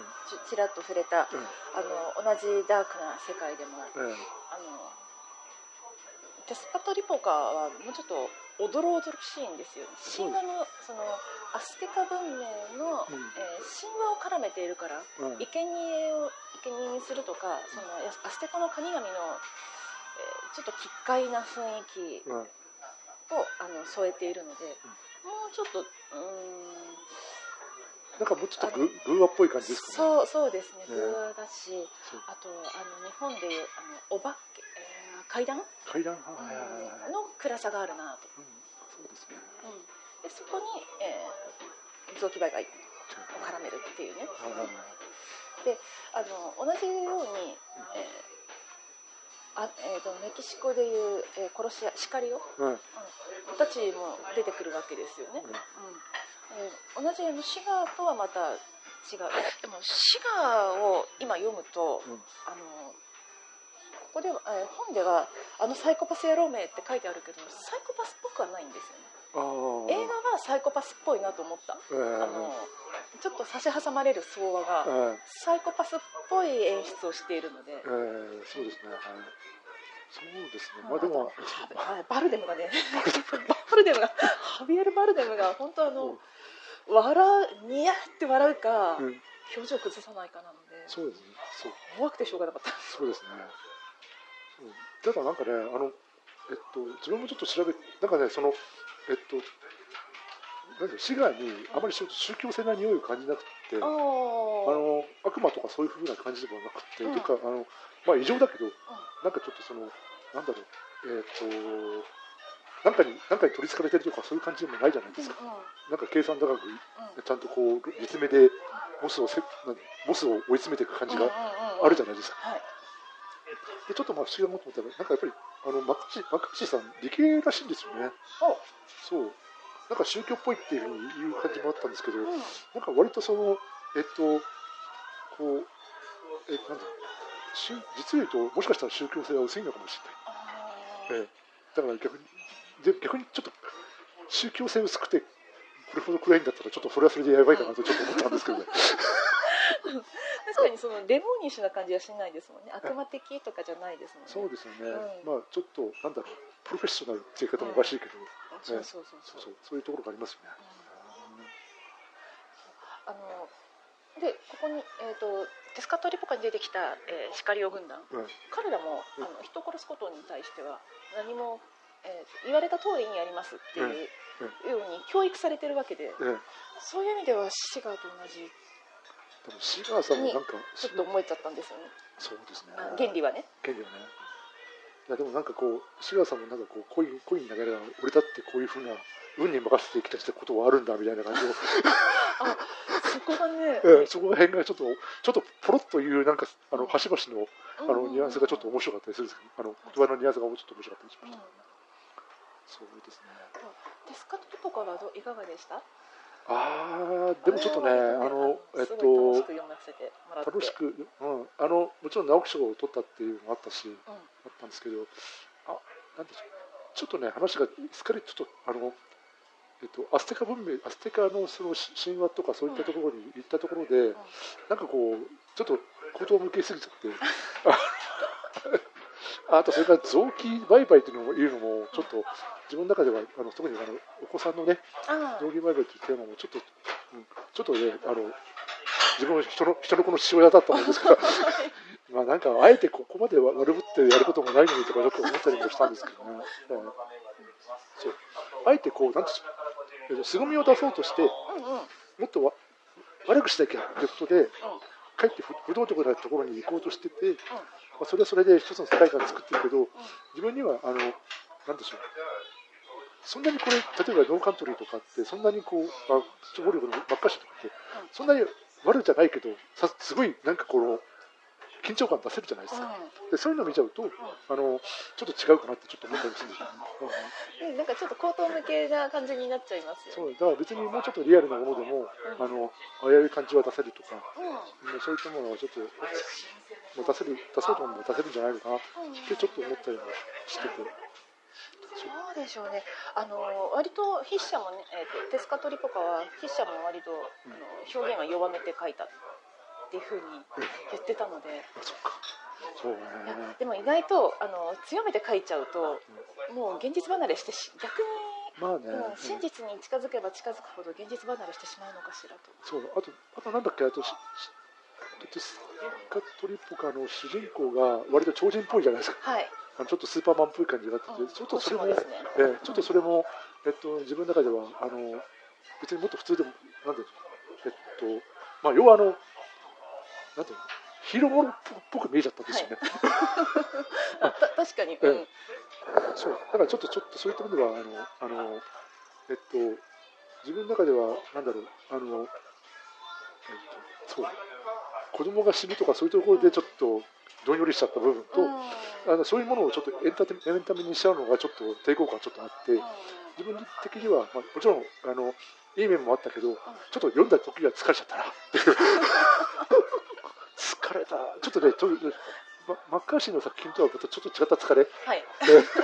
ち, ちらっと触れた、うん、あの同じダークな世界でも、うん、あのテスカトリポカはもうちょっとおどろおどろしいんですよね。神話のそのアステカ文明の、うんえー、神話を絡めているから、うん、生贄を生贄にするとか、そのアステカの神々の、えー、ちょっと奇怪な雰囲気を、うん、あの添えているので。うんもうちょっとうーんなんかもうちょっとグーワっぽい感じですかね。そうそうですね。グーワだし、あとあの日本でいうあのお化け、えー、怪談怪談の暗さがあるなと。 うん、そうですね。うん、 でそこに、えー、臓器売買を絡めるっていうね。であの同じように、えーあえー、とメキシコでいう、えー、殺し屋シカリオ、うんうん、たちも出てくるわけですよね、うんうんえー、同じあのシガーとはまた違う。でもシガーを今読むと、うん、あのここでは、えー、本ではあのサイコパス野郎名って書いてあるけどサイコパスっぽくはないんですよね。映画はサイコパスっぽいなと思った、えー、あのちょっと差し挟まれる相話が、えー、サイコパスっぽい演出をしているので、 えー、そうですね、はい、 そうですね。まあでもバルデムがね、バルデムがハビエル・バルデムが本当あの、うん、笑うニヤって笑うか、うん、表情崩さないかなので、 そうですね。そう怖くてしょうがなかった。 そうですね。ただなんかね、あのえっと自分もちょっと調べなんかねそのえっとなんでシガーにあまり宗教性な匂いを感じなくて、うん、あの悪魔とかそういう風な感じでもなくて、うん、というかあのまあ異常だけど、うん、なんかちょっとそのなんだろうえっとなんかになんかに取りつかれてるとかそういう感じでもないじゃないですか。うん、なんか計算高く、うん、ちゃんとこう見つめでボスをせなんボスを追い詰めていく感じがあるじゃないですか。はい、でちょっとまあ不思議なこと思ったらなんかやっぱりあのマッカチマッカチさん理系らしいんですよね。そうなんか宗教っぽいっていうふうに言う感じもあったんですけど、うん、なんか割とそのえっとこうえなんだ実を言うともしかしたら宗教性は薄いのかもしれない。えだから逆にで逆にちょっと宗教性薄くてこれほど暗いんだったらちょっとそれはそれでやばいかなとちょっと思ったんですけどね。 確かにそのデモニッシュな感じはしないですもんね。悪魔的とかじゃないですもんね。 そうですよね。うん、まあちょっとなんだろうプロフェッショナルっていう言い方もおかしいけど、 うんね、そうそうそうそうそういうところがありますよね。 うん、あのでここにえっ、ー、とテスカトリポカに出てきた、えー、シカリオ軍団、うん、彼らも、うん、あの人を殺すことに対しては何も、えー、言われた通りにやりますっていう、うん、ように教育されてるわけで、うん、そういう意味ではシガーと同じ。 でもシガーさんもなんかちょっと思えちゃったんですよね。 そうですね。 原理はね。 原理はね。いやでもなんかこうシガーさんもなんかこうコインコイン投げながら俺だってこういうふうな運に任せてきたことはあるんだみたいな感じをあそこがね、 ええ、そこら辺がちょっとちょっとポロッというなんかあの端々のあのニュアンスがちょっと面白かったりするんですけど、あの言葉のニュアンスがもうちょっと面白かったりしました、ね。うん、そうですね。 テスカトリポカはどいかがでした？ ああでもちょっとね、あのえっと楽しく読ませてもらって、 楽しく、うん、あのもちろん直木賞を取ったっていうのもあったし、うん、あったんですけど、あなんでしょう、ちょっとね話がすっかりちょっとあのえっとアステカ文明、アステカのその神話とかそういったところに行ったところで、うん、なんかこうちょっと口頭向けすぎちゃって。あとそれから臓器売買というのもいうのもちょっと自分の中ではあの特にあのお子さんのね臓器売買というテーマもちょっと、うん、ちょっとねあの自分は人の人の子の父親だったもんですからまあなんかあえてここまで悪ぶってやることもないのにとかちょっと思ったりもしたんですけどね。うん、そうあえてこうなんていうの凄みを出そうとして、うんうん、もっとわ悪くしなきゃということで、うん、かえって不道徳なところに行こうとしてて。うんまあ、それはそれで一つの世界観を作ってるけど、自分にはあのなんでしょう、そんなにこれ例えばノーカントリーとかってそんなにこうあ暴力の真っ赤しとかってそんなに悪じゃないけどさすごいなんかこの緊張感出せるじゃないですか。でそういうのを見ちゃうとあのちょっと違うかなってちょっと思ったりするんですよね。 なんかちょっと口頭向けな感じになっちゃいますよね。 そうだから別にもうちょっとリアルなものでも、うん、あの危うい感じは出せるとか、うん、そういったものはちょっともう出せる出そうと思えば出せるんじゃないのかなってちょっと思ったりもしてて。 そうでしょうね。あの割と筆者もね、えー、とテスカトリポカは筆者も割と、うん、あの表現は弱めて書いたっていうふうに言ってたので、 うん、そっかそうね、 でも意外とあの強めて書いちゃうと、うん、もう現実離れしてし逆に、 まあねうん、真実に近づけば近づくほど現実離れしてしまうのかしらと。 そうあとあとなんだっけあとテスカトリポカの主人公が割と超人っぽいじゃないですか。 はい。 あのちょっとスーパーマンっぽい感じがあって、うん、ちょっとそれも、ねえー、ちょっとそれも、えっと、自分の中ではあの別にもっと普通でもなんていうのえっとまあ要はあのなんていうのヒーローものっぽく見えちゃったんですよね。 はい、確かに、うん、 そうだからちょっとちょっとそういった意味ではあのあのえっと自分の中ではなんだろうあの、えっと、そう子供が死ぬとかそういうところでちょっとどんよりしちゃった部分と、うん、あのそういうものをちょっとエンタエンタメにしちゃうのがちょっと抵抗感ちょっとあって、うん、自分的には、まあ、もちろんあのいい面もあったけど、うん、ちょっと読んだ時は疲れちゃったなっていう疲れたちょっとねちょっとマッカーシーの作品とはまたちょっと違った疲れ、 はい、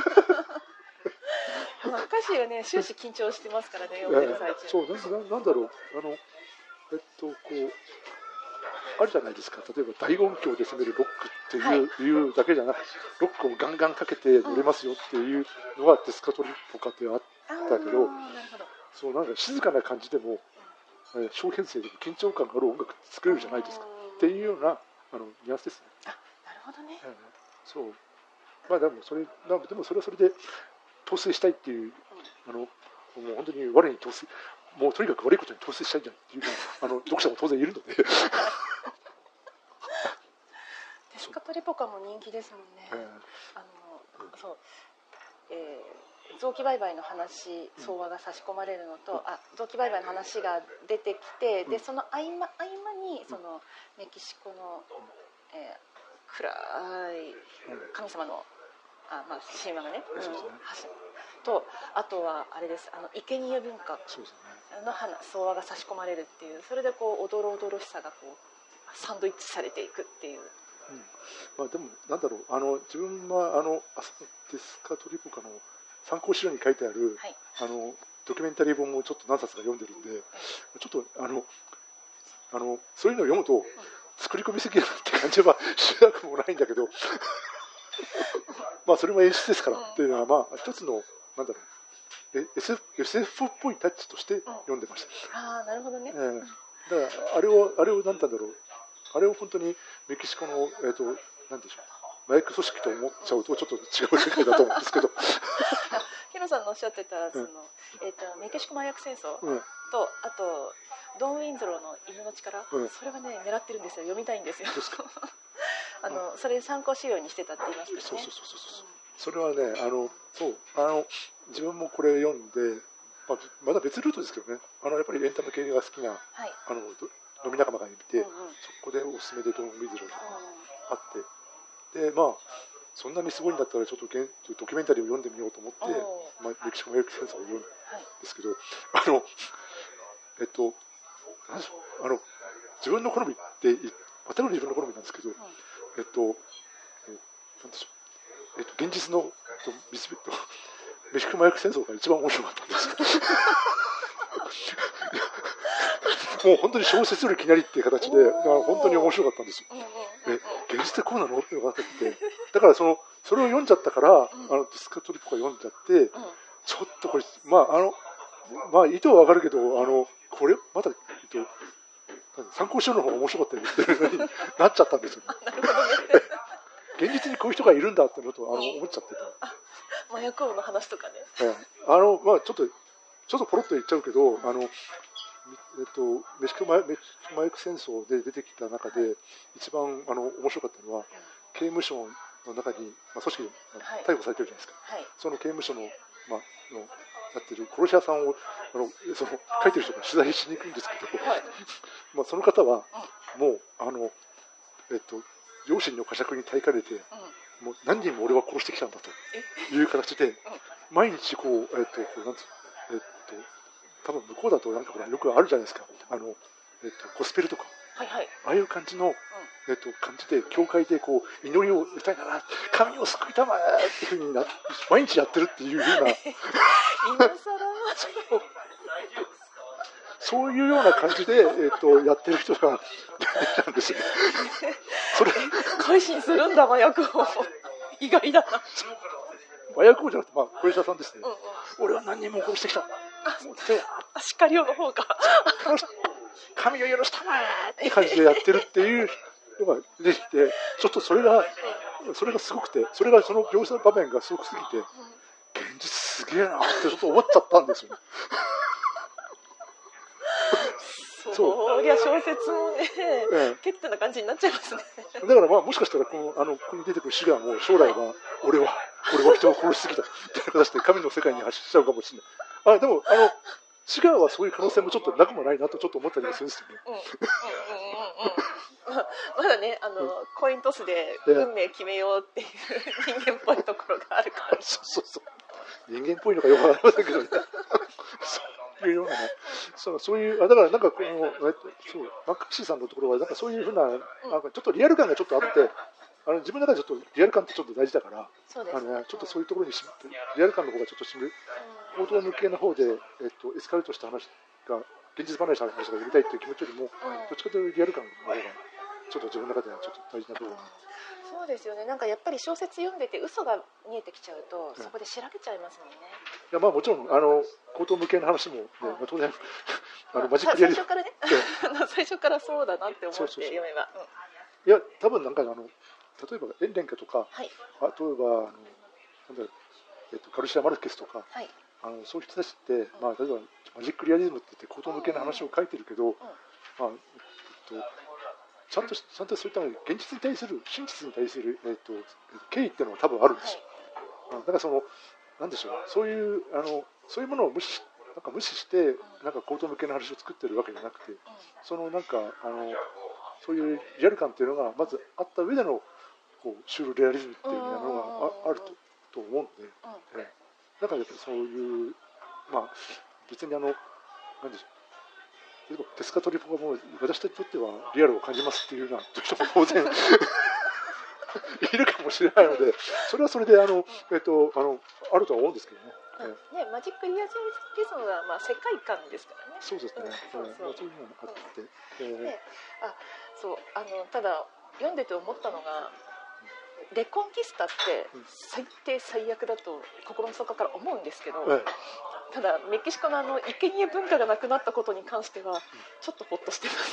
マッカーシーはね終始緊張してますからね読んでる最中。 そうなんだなんだろうあのえっとこうあるじゃないですか。例えば大音響で攻めるロックっていう、はい、いうだけじゃなくて、ロックをガンガンかけて乗れますよっていうのがデスカトリポカであったけど、そうなんか静かな感じでも、えー、小編成でも緊張感がある音楽作れるじゃないですかっていうようなあのニュアンスですね。 あ、なるほどね。 えー、そう。まあでもそれでもそれはそれで統制したいっていう、うん、あのもう本当に我に統制、もうとにかく悪いことに統制したいんじゃないっていうあの読者も当然いるので。デスカトリポカも人気ですもんね。 えー、 あの、うん、そう、えー、臓器売買の話、相和が差し込まれるのと、うん、あ、臓器売買の話が出てきて、うん、でその合間合間にそのメキシコの、えー、暗い神様のあ、まあ、神話がね、うん、とあとはあれです、あの生贄文化の相和が差し込まれるっていう、それでこうおどろおどろしさがこうサンドイッチされていくっていう、 うん、まあ、でもなんだろう、あの自分はあのデスカトリポカの参考資料に書いてある、はい、あのドキュメンタリー本もちょっと何冊か読んでるんで、はい、ちょっとあのあのそういうのを読むと、うん、作り込みすぎだなって感じはしなくもないんだけどまあそれも演出ですからっていうのは、まあ一つのなんだろう エスエフ っぽいタッチとして読んでました。 うん、ああ、なるほどね。 えー、だからあれをあれをなんだろう、あれを本当にメキシコのえっ、ー、となんでしょう、麻薬組織と思っちゃうとちょっと違う世界だと思うんですけど。 ヒロさんのおっしゃってたその、うん、えっ、ー、とメキシコ麻薬戦争と、うん、あとドン・ウィンズローの犬の力、うん、それはね狙ってるんですよ。読みたいんですよ。あのそれ参考資料にしてたって言いましたね。 そうそうそうそうそう、うん、それはね、あのそうあの自分もこれ読んで、まあ、まだ別ルートですけどね、あのやっぱりエンタメ系が好きな、はい、あの飲み仲間がいて、うんうん、そこでおすすめでドン・ウィズローとかあって、でまあそんなにすごいんだったらちょっとドキュメンタリーを読んでみようと思って、まあ、メキシコ麻薬戦争を読んだんですけど、はい、あのえっとなんでしょう、あの自分の好みってまたの自分の好みなんですけど、うん、えっと、えなんでしょう、えっと、現実のメキシコ麻薬戦争が一番面白かったんですもう本当に小説よりきなりっていう形で本当に面白かったんですよ。え現実でこうなのって分かってて、だからそのそれを読んじゃったから、うん、あのディスカトリとか読んじゃって、うん、ちょっとこれまああのまあ意図は分かるけど、あのこれまた、えっと参考書の方が面白かったよっていうになっちゃったんですよね。 なるほどね。 現実にこういう人がいるんだってことをあの思っちゃってた。 麻薬王の話とかね。 えあのまあちょっとちょっとポロッと言っちゃうけど、あのえっとメキシコ麻薬戦争で出てきた中で一番あの面白かったのは、刑務所の中に、まあ、組織で逮捕されてるじゃないですか。はい、その刑務所のまあのやってる殺し屋さんをあのその書いてる人が取材しに行くんですけど、はい、まあその方はもうあのえっと両親の呵責に耐えかねて、うん、もう何人も俺は殺してきたんだという形で、うん、毎日こうえっとこうなんつえっと多分向こうだとなんかほらよくあるじゃないですか、あのえっとゴスペルとか、はいはい、ああいう感じの、うん、えっと感じで教会でこう祈りを歌いながら神を救いたまえっていうふうにな毎日やってるっていうふうな今更そういうような感じで、えー、とやってる人が出てたんですよ。それ改心するんだ麻薬王。意外だな。 麻薬王じゃなくて、まあ、殺し屋さんですね。うんうん、俺は何人も殺してきた。 シカリオの方か。 神を許したまえって感じでやってるっていうのが出てきて、ちょっとそれがそれがすごくて、それがその描写の場面がすごくすぎて、現実すげえなってちょっと思っちゃったんですよね。 そりゃ小説もね、ええ、ケットな感じになっちゃいますね。 だからまあもしかしたらこのあのここに出てくるシガーも将来は俺は俺は人を殺しすぎたって形で神の世界に走っちゃうかもしれない。あでもあのシガーはそういう可能性もちょっとなくもないなとちょっと思ったりもするんですよね。うんうんうんうんま, まだねあの、うん、コイントスで運命決めようっていう人間っぽいところがあるから。 そうそうそう。人間っぽいのかよくわかりませんけどね。そういうようなね、そうそういうあだからなんかこのそうマッカーシーさんのところはなんかそういうふうな、なんかちょっとリアル感がちょっとあって、あの自分の中でちょっとリアル感ってちょっと大事だから、そうです、ね、あのちょっとそういうところにしリアル感の方がちょっとしみる、報道向けの方でえっとエスカレートした話が現実離れした話がやりたいっていう気持ちよりも、どっちかというとリアル感の方がちょっと自分の中ではちょっと大事な部分、うん、 そうですよね。なんかやっぱり小説読んでて嘘が見えてきちゃうと、そこでしらけちゃいますもんね。 いやまあもちろんあの高等無形の話も、ね、まあ、当然あのマジックリアリズム、 最初からね最初からそうだなって思って読めば、うん、 いや多分なんかあの例えばエンレンカとか、 はい、 あ例えばあのなんだろう、えっと、カルシア・マルケスとか、 はい、 あのそういう人たちって、うん、まあ、例えばマジックリアリズムって言って高等無形の話を書いてるけど、うん、まあえっとちゃんとちゃんとそういった現実に対する真実に対する、えっと、敬意っていうのは多分あるんですよ。はい、だからそのなんでしょう、そういうあのそういうものを無視なんか無視してなんか高等無形の話を作ってるわけじゃなくて、そのなんかあのそういうリアル感っていうのがまずあった上でのこうシュールレアリズムっていうようなものが あ, ある と, と思うんで、えだからやっぱりそういうまあ別にあのなんでしょう。テスカトリポがもう私にとってはリアルを感じますっていうような人も当然いるかもしれないので、それはそれであの、えっと、あのあるとは思うんですけどね。 うん、ね、マジックリアリズムはまあ世界観ですからね。 そうですね。そういうのがあって、うん、 で、あ、そうあのただ読んでて思ったのが、レコンキスタって最低最悪だと心の底から思うんですけど。うん、ただメキシコのあの生贄文化がなくなったことに関してはちょっとホッとしてます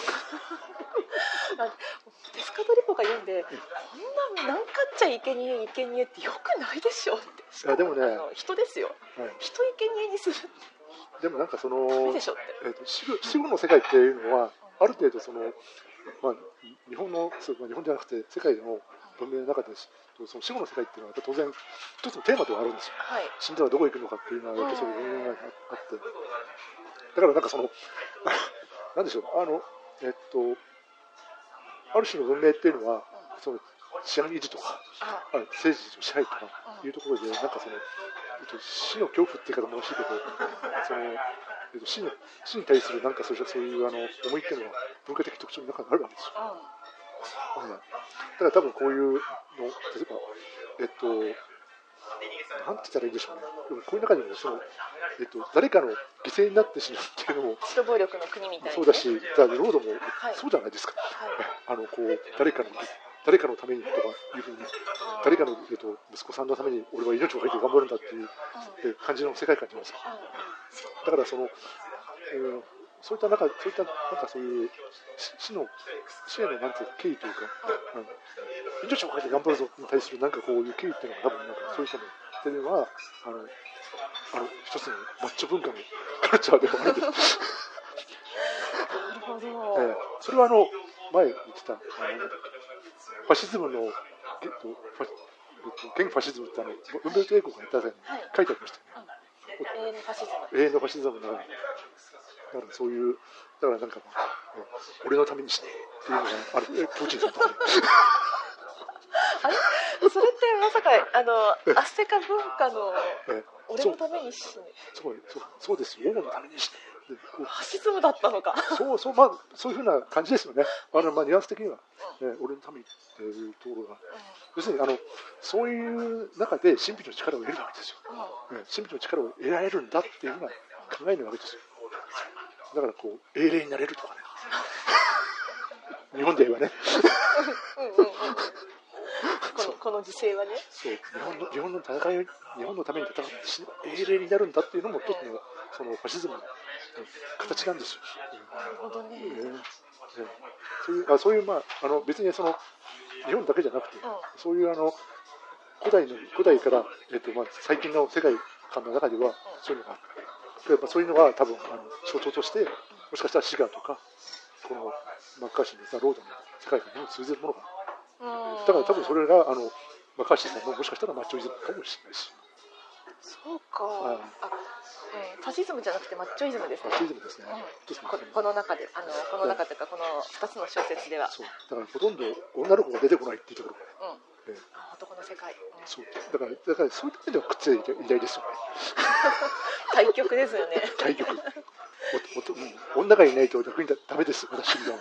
テスカトリポが読んで、こんななんかっちゃ生贄生贄ってよくないでしょって。 いやでもね、 あの人ですよ、はい、人生贄にする。 でもなんかそのでしょって、 えー、と死後、死後の世界っていうのはある程度その、まあ、日本のそう、まあ、日本じゃなくて世界の文明の中でその死後の世界っていうのは当然一つのテーマではあるんですよ、はい、死んだらどこ行くのかっていうのはやっぱりそういう文明があって、だからなんかそのなんでしょう、あのえっとある種の文明っていうのはその治安維持とか政治の支配とかいうところでなんかその、えっと、死の恐怖って言い方も欲しいけどその、えっと、死の死に対するなんかそういうそういうあの思いっていうのは文化的特徴の中にあるわけですよ。うん、だから多分こういうの例えばえっとなんて言ったらいいんでしょうね。でもこういう中にもその、えっと、誰かの犠牲になってしまうっていうのも人暴力の国みたいな、ね、 そうだし、ロードもそうじゃないですか。はい、あのこう誰かの誰かのためにとかいうふうに誰かの、えっと、息子さんのために俺は命を懸けて頑張るんだっていう、うん、感じの世界観じゃないですか。うん、だからその、えー、そういった中そういったなんかそういう死の死へのなんていうか敬意というか、うん、命を懸けて頑張るぞに対するなんかこういう敬意っていうのが多分なんかそういう人のっていうのはあのあの一つのマッチョ文化のカルチャーでもあるんです。 なるほど。 えー、それはあの前言ってたあのファシズムの、えっと、ファ現ファシズムってあの文明帝国がやった際に書いてありましたよね。 永遠のファシズム。 永遠のファシズムの中に。だからそういうだからなんか、まあ、俺のためにしてっていうのがあるプーチンさんとかで。 あれそれってまさかあのアステカ文化の俺のためにして、 そうそうそうですよ、俺のためにしてファシズムだったのか。 そうそう、まあそういうふうな感じですよね。あのまあニュアンス的には、ね、俺のためにっていうところが、うん、要するにあのそういう中で神秘の力を得るわけですよ。うん、神秘の力を得られるんだっていうのが考えるわけですよ。だからこう英霊になれるとかね。日本で言えばね。 うんうんうん、このこの時勢はね。 そう日本の日本の戦い日本のために戦って英霊になるんだっていうのも一つのそのファシズムの形なんですよ。 なるほどね。えー、 そういうあそういうまああの別にその日本だけじゃなくて、うん、そういうあの古代の古代からえっとまあ最近の世界観の中ではそういうのがある。やっぱそういうのが多分あの象徴としてもしかしたらシガーとかこのマッカーシーのザ・ロードの世界観にも通ずるものがある。だから多分それがあのマッカーシーさんももしかしたらマッチョイズムかもしれないし。 そうか。あ、うん、ファシズムじゃなくてマッチョイズムですね。 マッチョイズムですね。うん、 こ, この中であのこの中というかこのふたつの小説では。 そうだからほとんど女の子が出てこないっていうところが、ね。 うん。ええ、男の世界。うん、 そうだからだからそういう意味ではくっついて偉大ですよね。 対極ですよね。 対極。おお、うん、女がいないと逆にダメです私みたいな。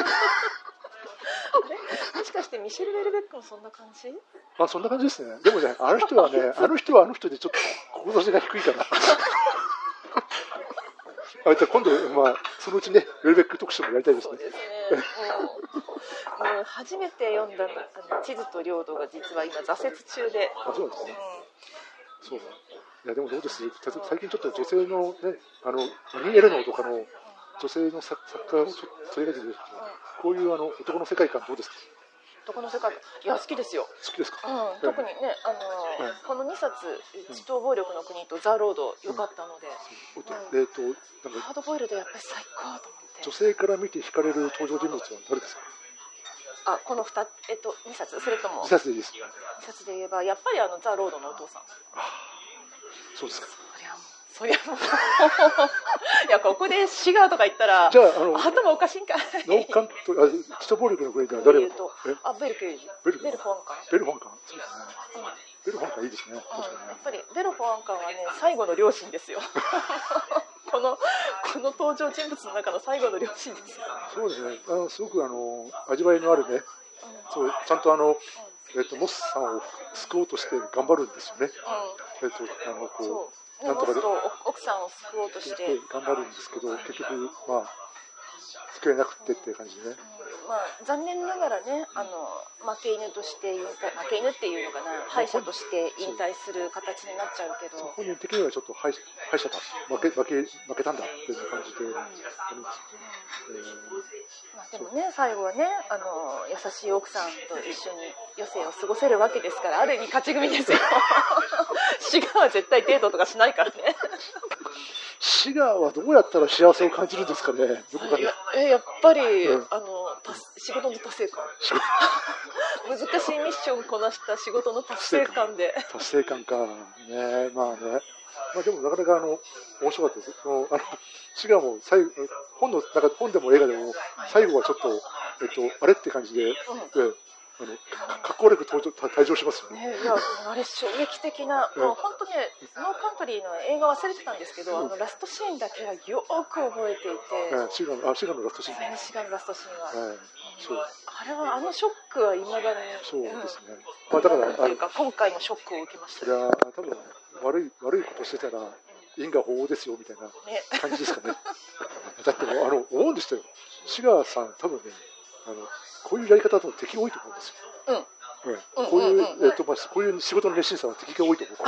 もしかしてミシェル・ウェルベックもそんな感じ？ あ、そんな感じですね。でもね、あの人はね、あの人はあの人でちょっと志が低いから。 あ、じゃあ今度、まあ、そのうちね、ウェルベック特集もやりたいですね。 そうですね。もう、もう初めて読んだあの地図と領土が実は今挫折中で。 あ、そうなんですね。うん、そう。いやでもどうです。最近ちょっと女性のね、あのニーエルノとかの女性の作家をちょっと取り上げてる、うん、こういうあの男の世界観どうですか。 男の世界観、いや好きですよ。 好きですか。 うん、特にね、あの、うん、このにさつ地頭暴力の国とザ・ロード良かったので、 うんうん、えっ、ー、となんかハードボイルドやっぱり最高と思って。 女性から見て惹かれる登場人物は誰ですか。 あ、この2、えっと、にさつそれともにさつでいいです。にさつで言えばやっぱりあのザ・ロードのお父さん。 そうですか。 そりゃもういやここでシガーとか言ったらじゃあ、あの頭おかしいんかい。 ノーカントあ地頭暴力の国では誰をあベル刑事ベルベルフォンカンベルフォンカンそうですね、うん、ベルフォンカンいいですね、うん、 やっぱりベルフォンカンはね最後の両親ですよこのこの登場人物の中の最後の両親ですよ。 そうですね、あのすごくあの味わいのあるね、うん、そうちゃんとあの、うんえっと、モスさんを救おうとして頑張るんですよね、うん、えっとあのこうなんとかで奥さんを救おうとして頑張るんですけど結局まあ救えなくてっていう感じでね、 うんまあ、残念ながらねあの負け犬として引退負け犬っていうのかな敗者として引退する形になっちゃうけど本人的にはちょっと敗者だ負け負け負けたんだっていう感じでありますよね、 うんまあ、でもね最後はねあの優しい奥さんと一緒に余生を過ごせるわけですからある意味勝ち組ですよシガーは絶対デートとかしないからねシガーはどうやったら幸せを感じるんですかね。どこかでや, えやっぱり、うん、あの仕事の達成感難しいミッションこなした仕事の達成感で達成感かねまあねまあでもなかなかあの面白かったです。そのあのシガーも最後本のなんか本でも映画でも最後はちょっとえっとあれって感じで、うんうんあのかっこ悪く登場退場しますよね。 ねいやあれ衝撃的な、もう本当にノーカントリーの映画忘れてたんですけど、うん、あのラストシーンだけはよく覚えていて、 うん、シガーのあシガーのラストシーン、 シガーのラストシーンは、 はい、そうあれはあのショックは未だにそうですね。うんまあだからというか今回もショックを受けました。 それは多分悪い悪いことしてたら因果法ですよみたいな感じですかね。ねだってもうあの思うんですよ。シガーさん多分ねあのこういうやり方だと敵多いと思うんですよ。うんうん、こういう、えっとまあ、こういう仕事の熱心さは敵が多いと思う。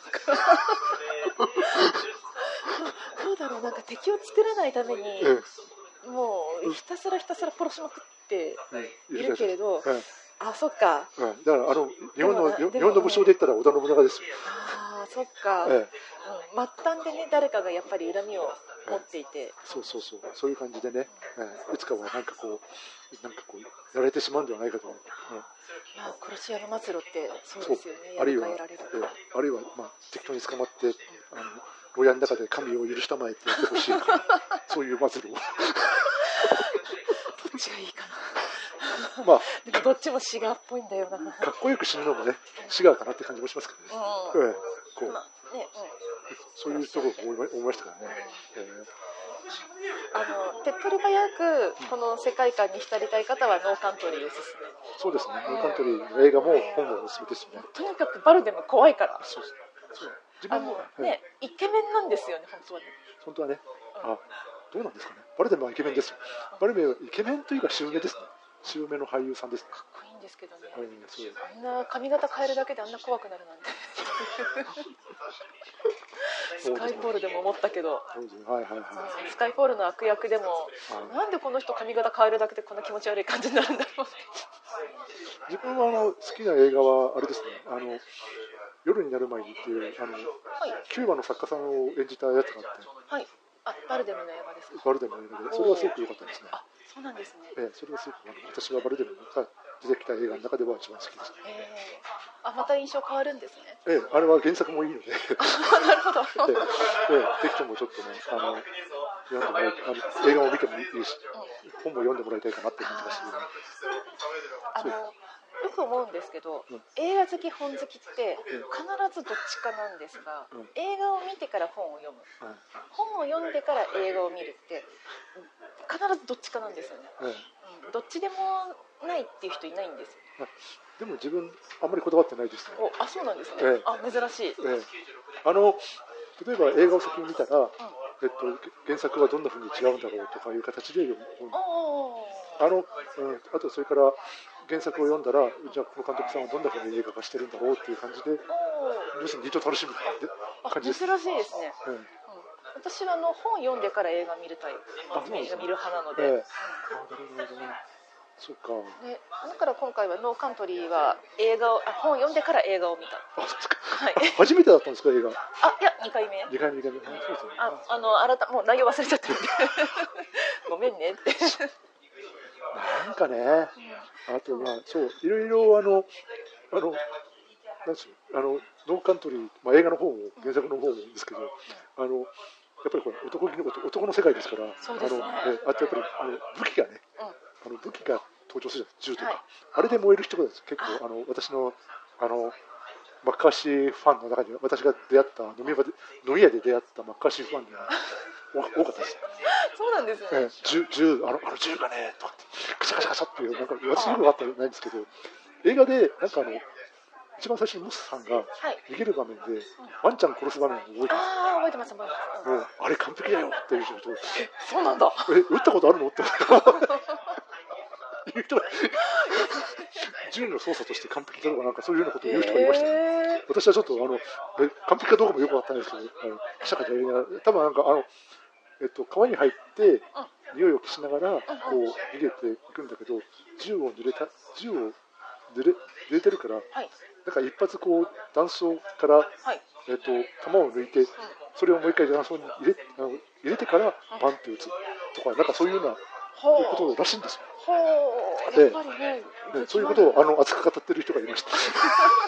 そうだろうなんか敵を作らないために、うん、もうひたすらひたすら殺しまくっているけれど、うん、あそっか、 うん、だからあの日本の日本の武将で言ったら織田信長ですよ。 あそっか、ええうん、末端でね誰かがやっぱり恨みを持っていて、ええ、 そうそうそうそういう感じでね、ええ、いつかはなんかこうなんかこうやられてしまうんではないかと思う。うんいや殺し屋の末路ってそうですよね。 あるいは、えあるいは、まあ、適当に捕まって、うん、あの牢屋の中で神を許したまえってやってほしいからそういう末路をどっちがいいかなまあでもどっちもシガーっぽいんだよな。 かっこよく死ぬのもねシガーかなって感じもしますけどね、うんええこうまあねうん、そういうところを思いましたからね、うんえーあの手っ取り早くこの世界観に浸りたい方はノーカントリーおすすめ。 そうですね、ノーカントリーの映画も本もおすすめですよね。 とにかくバルデム怖いから。 そうそう自分もね、イケメンなんですよね本当はね。 本当はね、うん、あどうなんですかね。バルデムはイケメンですよ。バルデムはイケメンというか渋めですね。渋めの俳優さんですね。 かっこいいんですけどね。 うん、そうあんな髪型変えるだけであんな怖くなるなんて。スカイフォールでも思ったけど、 はいはいはい、 スカイフォールの悪役でも、はい、なんでこの人髪型変えるだけでこんな気持ち悪い感じになるんだろう。 自分はあの好きな映画はあれですね、あの夜になる前にっていうあの、はい、キューバの作家さんを演じたやつがあって、 はい、あバルデムの映画ですか。 バルデムの映画でそれはすごく良かったですね。 あそうなんですね。 ええ、それはすごくあの私がバルデムが出てきた映画の中では一番好きです、ね。 えー、あまた印象変わるんですね。 ええ、あれは原作もいいのでなるほどええええ、ぜひともちょっとねあの読んでもらいあの映画を見てもいいし、うん、本も読んでもらいたいかなって思ってますけどね。 あのよく思うんですけど、うん、映画好き本好きって必ずどっちかなんですが、うん、映画を見てから本を読む、うん、本を読んでから映画を見るって必ずどっちかなんですよね、うん、どっちでもないっていう人いないんですよ。 でも自分あんまりこだわってないですね。 おあそうなんですね、ええ、あ珍しい、 ええ、あの例えば映画を先に見たら、うん、 えっと、原作はどんなふうに違うんだろうとかいう形で読む。あの、うん、あとそれから原作を読んだら、じゃあこの監督さんはどんなふうに映画化してるんだろうっていう感じで、要するに二度楽しむ感じです。 珍しいですね。うん、私はあの本読んでから映画見るタイプ、映画見る派なので。えー、あ、なるほどね。 そうか。 で、だから今回はノーカントリーは映画をあ本を読んでから映画を見た。 あ、そうですか。はい。初めてだったんですか、映画。 あ、いやにかいめ。 にかいめ、にかいめ。そうですね。 あ、あのあらたもう内容忘れちゃったんでごめんねって。 なんかね、あとまあそういろいろあのあのなんですよ、あのノーカントリー、まあ映画の方も原作の方もですけど、あのやっぱりこれ男気の男の世界ですから、 そうですね、 あのえあとやっぱりあの武器がね、うん、あの武器が登場するじゃん、銃とか、はい、あれで燃える人がです結構あの私のあのマッカーシーファンの中には私が出会った飲み場で飲み屋で出会ったマッカーシーファンには多かったです。 そうなんですね。えー、銃あのあの銃がねとかカシャカシャカシャっていうなんか私よくあったらないんですけど、映画でなんかあの一番最初にモスさんが逃げる場面で、はい、ワンちゃん殺す場面を覚えてます。 ああ覚えてます覚えてます。 もうあれ完璧だよっていう人と、 そうなんだ。 え撃ったことあるのっていう人が銃の操作として完璧だとかなんかそういうようなことを言う人がいましたね。えー、私はちょっとあの完璧かどうかもよくわかったんですけど、あの記者がやりながら多分なんかあのえっと川に入って匂いを消しながらこう逃げていくんだけど、銃を濡れた銃を濡れ濡れてるから、はい、なんか一発こう弾倉から、はい、えっと弾を抜いて、それをもう一回弾倉に入れあの入れてからバンって撃つとか、なんかそういうようなことらしいんですよ。で、やっぱりね、そういうことをあの熱く語ってる人がいました。 す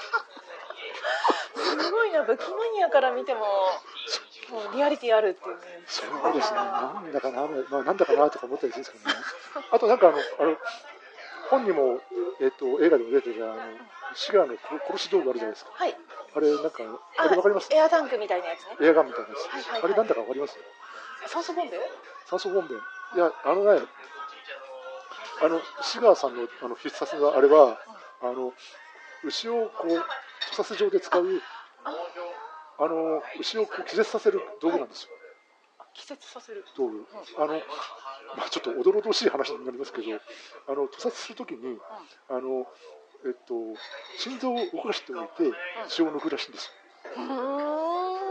ごいな、武器マニアから見ても、もうリアリティあるっていうね。 そうですね、なんだかな、まあ、なんだかなとか思ったりするんですけどね。あとなんかあの、あの本にも、えっと、映画でも出てたあのシガーの殺し道具あるじゃないですか。はい。あれなんかあれわかります？ エアタンクみたいなやつね。 エアガンみたいなやつ。はいはいはい、あれなんだかわかります？ 酸素ボンベ？ 酸素ボンベ。いやあのね、あのシガーさんのあの必殺のあれは、うん、あの牛をこう屠殺場で使うああの牛をこう気絶させる道具なんですよ。 はい、気絶させる道具。うん、あのまあちょっとおどろどしい話になりますけど、あの屠殺するときに、うん、あのえっと心臓を動かしておいて血を抜くらしいんですよ。うん、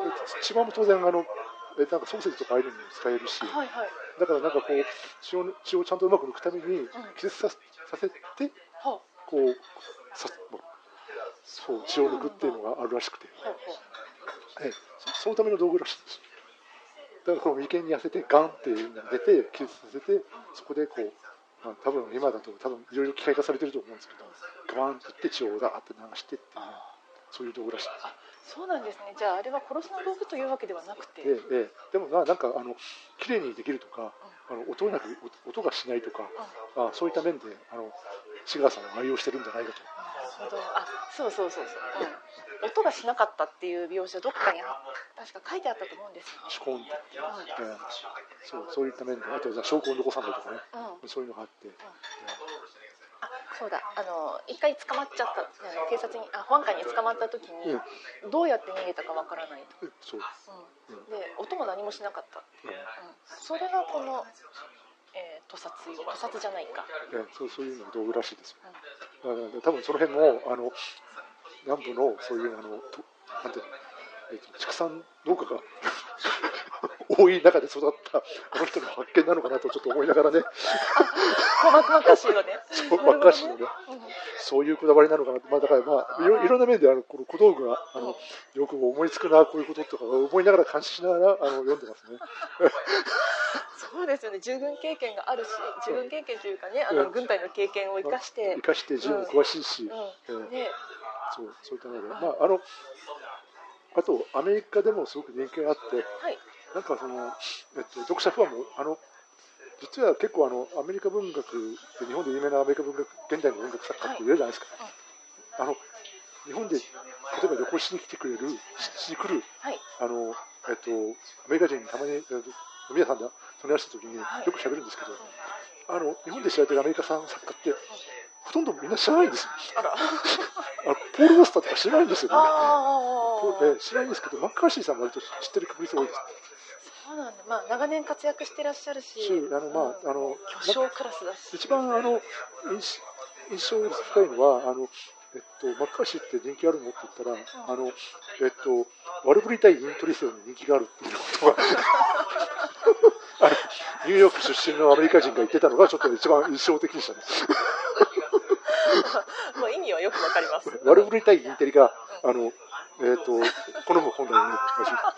血も当然あのえなんかソーセージとかああいうのにも使えるし、はいはい、だからなんかこう血を血をちゃんとうまく抜くために気絶さ、させて、うん、こうさそう血を抜くっていうのがあるらしくて、えそ, そのための道具らしいんです。だからこの眉間に痩せてガンっていうのが出て気絶させて、そこでこう、まあ、多分今だと多分いろいろ機械化されてると思うんですけど、ガバンっていって血をダーって流してっていう、そういう道具らしいです。 そうなんですね。じゃああれは殺しの道具というわけではなくて、 ええええ、でもな、なんかあの綺麗にできるとか、うん、あの音なく音がしないとか、うん、あそういった面であのシガーさんを愛用してるんじゃないかと。 なるほど。あ、そうそうそうそう。うん、音がしなかったっていう描写どっかに確か書いてあったと思うんですよ。 シコンって、うん、えー、そうそういった面で、あとじゃあ証拠を残さないとかね、うん、そういうのがあって。うん、 あ、そうだ、あの一回捕まっちゃった、警察にあ保安官に捕まった時に、うん、どうやって逃げたかわからないと、うん、そう、うん、で音も何もしなかった、うんうん、それがこの、えー、屠殺用屠殺じゃないか、 いやそうそういうの道具らしいですよ、うん、だから多分その辺もあの南部のそういうあのとなんていうの、えー、と畜産農家が多い中で育ったあの人の発見なのかなとちょっと思いながらね、 細かしいよね、 そう細かしいよね、そういうこだわりなのかなと、まあ、だからまあいろいろな面であのこの小道具があのよく思いつくなこういうこととか思いながら監視しながらあの読んでますね。 そうですよね、従軍経験があるし、従軍経験というかね、あの軍隊の経験を生かして生かして銃も詳しいし、うんうん、ね、そうそういったので、まああのあとアメリカでもすごく人気があって、はい、なんかその、えっと、読者ファンもあの実は結構あのアメリカ文学で日本で有名なアメリカ文学現代の文学作家っているじゃないですか、はい、あの日本で例えば旅行しに来てくれるしに来る、はい、あのえっとアメリカ人にたまに飲み屋さんで取り出した時によく喋るんですけど、はい、あの日本で知られてるアメリカさんの作家ってほとんどみんな知らないんですよ。あらあのポール・オースターとか知らないんですよね。あ知らないんですけどマッカーシーさんは割と知ってる確率が多いですね。 そなんだ、まあ、長年活躍してらっしゃるし、 しあの、まあ、あの巨匠クラスだし、 一番あの印印象深いのはあの、えっと、マッカーシーって人気あるのって言ったら、うん、あのえっと、ワルブリ対イントリセオに人気があるっていうことがあのニューヨーク出身のアメリカ人が言ってたのがちょっと一番印象的でしたね。 まあ意味はよくわかります。 ワルブリ対インテリが、あのえー、と好む本来の話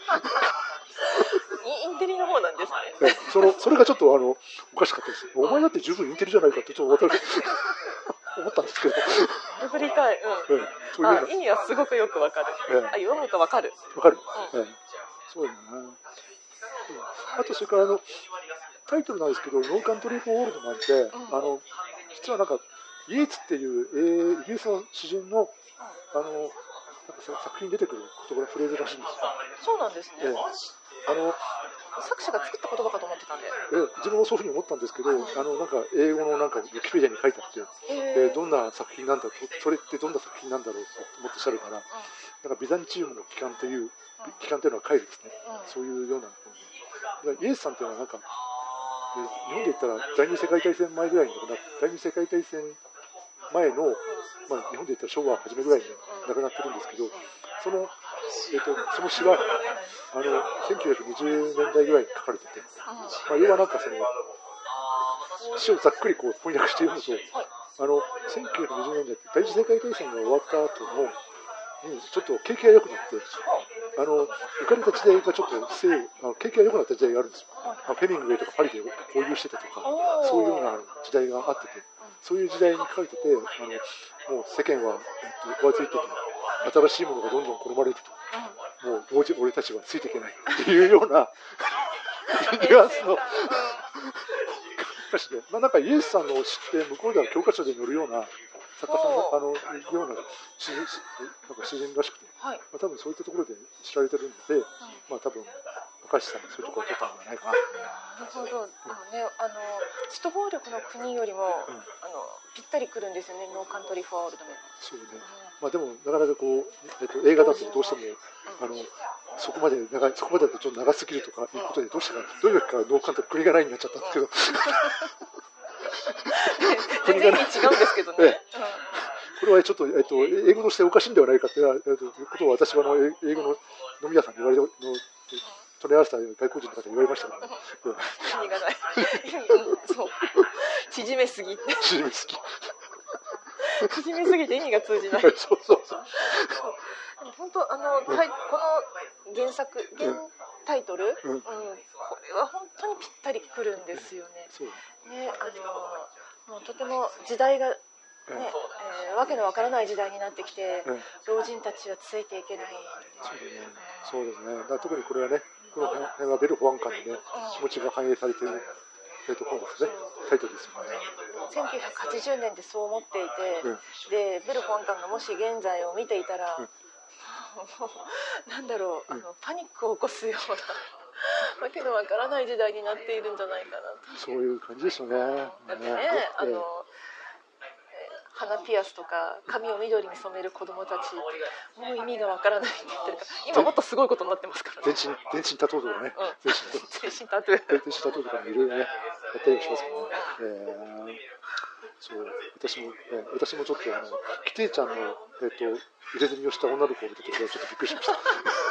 インテリの方なんですね。 そのそれがちょっとあのおかしかったです。お前だって十分インテリじゃないかってちょっと私思ったんですけど。 ワルブリ対、うん、ええ、そういうあ意味はすごくよくわかる。ええ、あ読むとわかる。 わかる。うん、ええ、そうだな。あとそれからあのタイトルなんですけど、ノーカントリー・フォー・オールドマンって、うん、あの実はなんかイエーツっていう、えー、イギリスの詩人の、あのなんか作品に出てくる言葉のフレーズらしいんですよ。 そうなんですね。えー、あの作者が作った言葉かと思ってたんで。 えー、自分もそういうふうに思ったんですけど、あのなんか英語のなんかウィキペディアに書いてあって、えー、どんな作品なんだろう、それってどんな作品なんだろうと思っておっしゃるから、うん、なんかビザンチウムの帰還という帰還というのは帰るですね。うん、そういうような本で、イエスさんというのはなんか。日本で言ったら第二次世界大戦前ぐらいに第二次世界大戦前の、まあ、日本で言ったら昭和初めぐらいに亡くなってるんですけど、その、えー、とその詩はあのせんきゅうひゃくにじゅうねんだいぐらいに書かれてて、まあ、要はなんかその詩をざっくりこう翻訳して読むと、あのせんきゅうひゃくにじゅうねんだい第一次世界大戦が終わった後のにちょっと景気が良くなって、あの浮かれた時代がちょっとあの景気が良くなった時代があるんですよ。フェミングウェイとかパリで交流してたとか、そういうような時代があってて、そういう時代に書かれてて、あのもう世間は、えっと、追いついてて、新しいものがどんどん好まれると、もう同時俺たちはついていけないっていうようなニュアンスの歌詞で、まあ、なんかイエスさんの詩って向こうでは教科書で載るような作家さんのあのような詩人、なんか詩人らしくて、はい、まあ、多分そういったところで知られてるので、うん、まあ多分高橋さんがそういうところを取ったんじゃないかな。 なるほど。でもね、あのスト暴力の国よりも、うん、あのぴったりくるんですよね、ノーカントリー・フォー・オールドメン。 そうね。うん、まあでもなかなかこう、えっと、映画だとどうしても、うん、あのそこまで長いそこまでだとちょっと長すぎるとかいうことで、どうしてかどういうわけかノーカントリー国がないになっちゃったんですけど。 全然意味違うんですけどね。ええ、 これはちょっと、えっと、英語としておかしいんではないかということを私はあの英語の飲み屋さんに言われての取り合わせた外国人の方に言われましたからね。 意味がない。そう。縮めすぎ。 縮めすぎ。 縮めすぎて意味が通じない。 そうそうそう。 本当あの、この原作原タイトル、うんうん、これは本当にぴったりくるんですよね。そうね、あのもうとても時代がね、えー、わけのわからない時代になってきて、うん、老人たちはついていけない。 そうですね。そうですね。だから特にこれはね、この辺はベル保安官のね、気持ちが反映されている。えー、ところですね、タイトルですよね。 せんきゅうひゃくはちじゅうねんでそう思っていて、うん、でベル保安官がもし現在を見ていたら、うん、なんだろう、あのパニックを起こすようなわけのわからない時代になっているんじゃないかなと。 そういう感じですよね。 だってね、あの、えー、鼻ピアスとか髪を緑に染める子供たち、もう意味がわからないって言ってるから、今もっとすごいことになってますからね。 全身全身タトゥーとかね、うん、全身タトゥー全身タトゥーとかもいろいろねやったりしますけどね。えー、そう私も、えー、私もちょっとあのキティちゃんのえっ、ー、と入れ墨をした女の子を見た時はちょっとびっくりしました。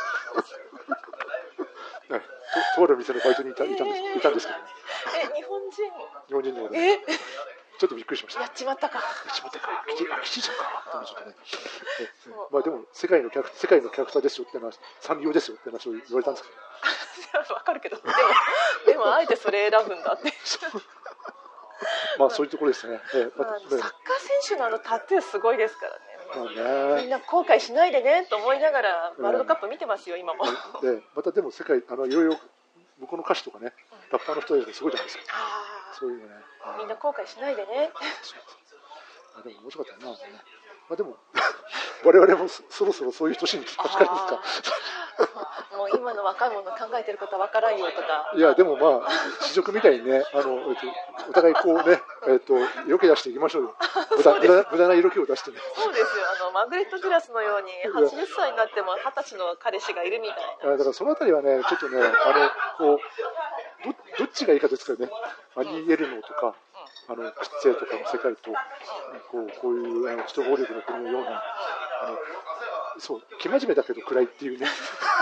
と, とある店のバイトにいた, いたんです、えー、いたんですけど、ね、 え日本人日本人の方で、 ね、 ちょっとびっくりしました。 やっちまったか。 やっちまったか。キティ、あ、キティちゃんか。ちょっとね。まあでも世界のキャラ世界のキャラクターですよってのは産業ですよって話を言われたんですけど。わかるけど、でもでもあえてそれ選ぶんだって。 まあそういうところですね。えー、 まあ、サッカー選手のあのタトゥーすごいですからね。 まあね、 みんな後悔しないでねと思いながらワールドカップ見てますよ、今も。 でまたでも世界あのいろいろ向こうの歌手とかね、ラッパーの人ですごいじゃないですか。そういうのね。 みんな後悔しないでね。 あでも面白かったな。ね、 まあ、でも我々もそろそろそういう年に差し掛かりますか。 もう今の若い者考えてることは分からんよとか。 いやでもまあ試食みたいにね、あの、えっと、お互いこうね、えっと、色気出していきましょうよ。無駄、無駄、無駄な色気を出してね。 そうですよ。あのマグレット・デュラスのようにはちじゅっさいになってもはたちの彼氏がいるみたいな。 だからそのあたりはね、ちょっとね、あのこう ど, どっちがいいかですからね。アニー・エルノーとか、あのクッツェとかの世界と、こうこういうあの人暴力の国のような、あのそう生真面目だけど暗いっていうね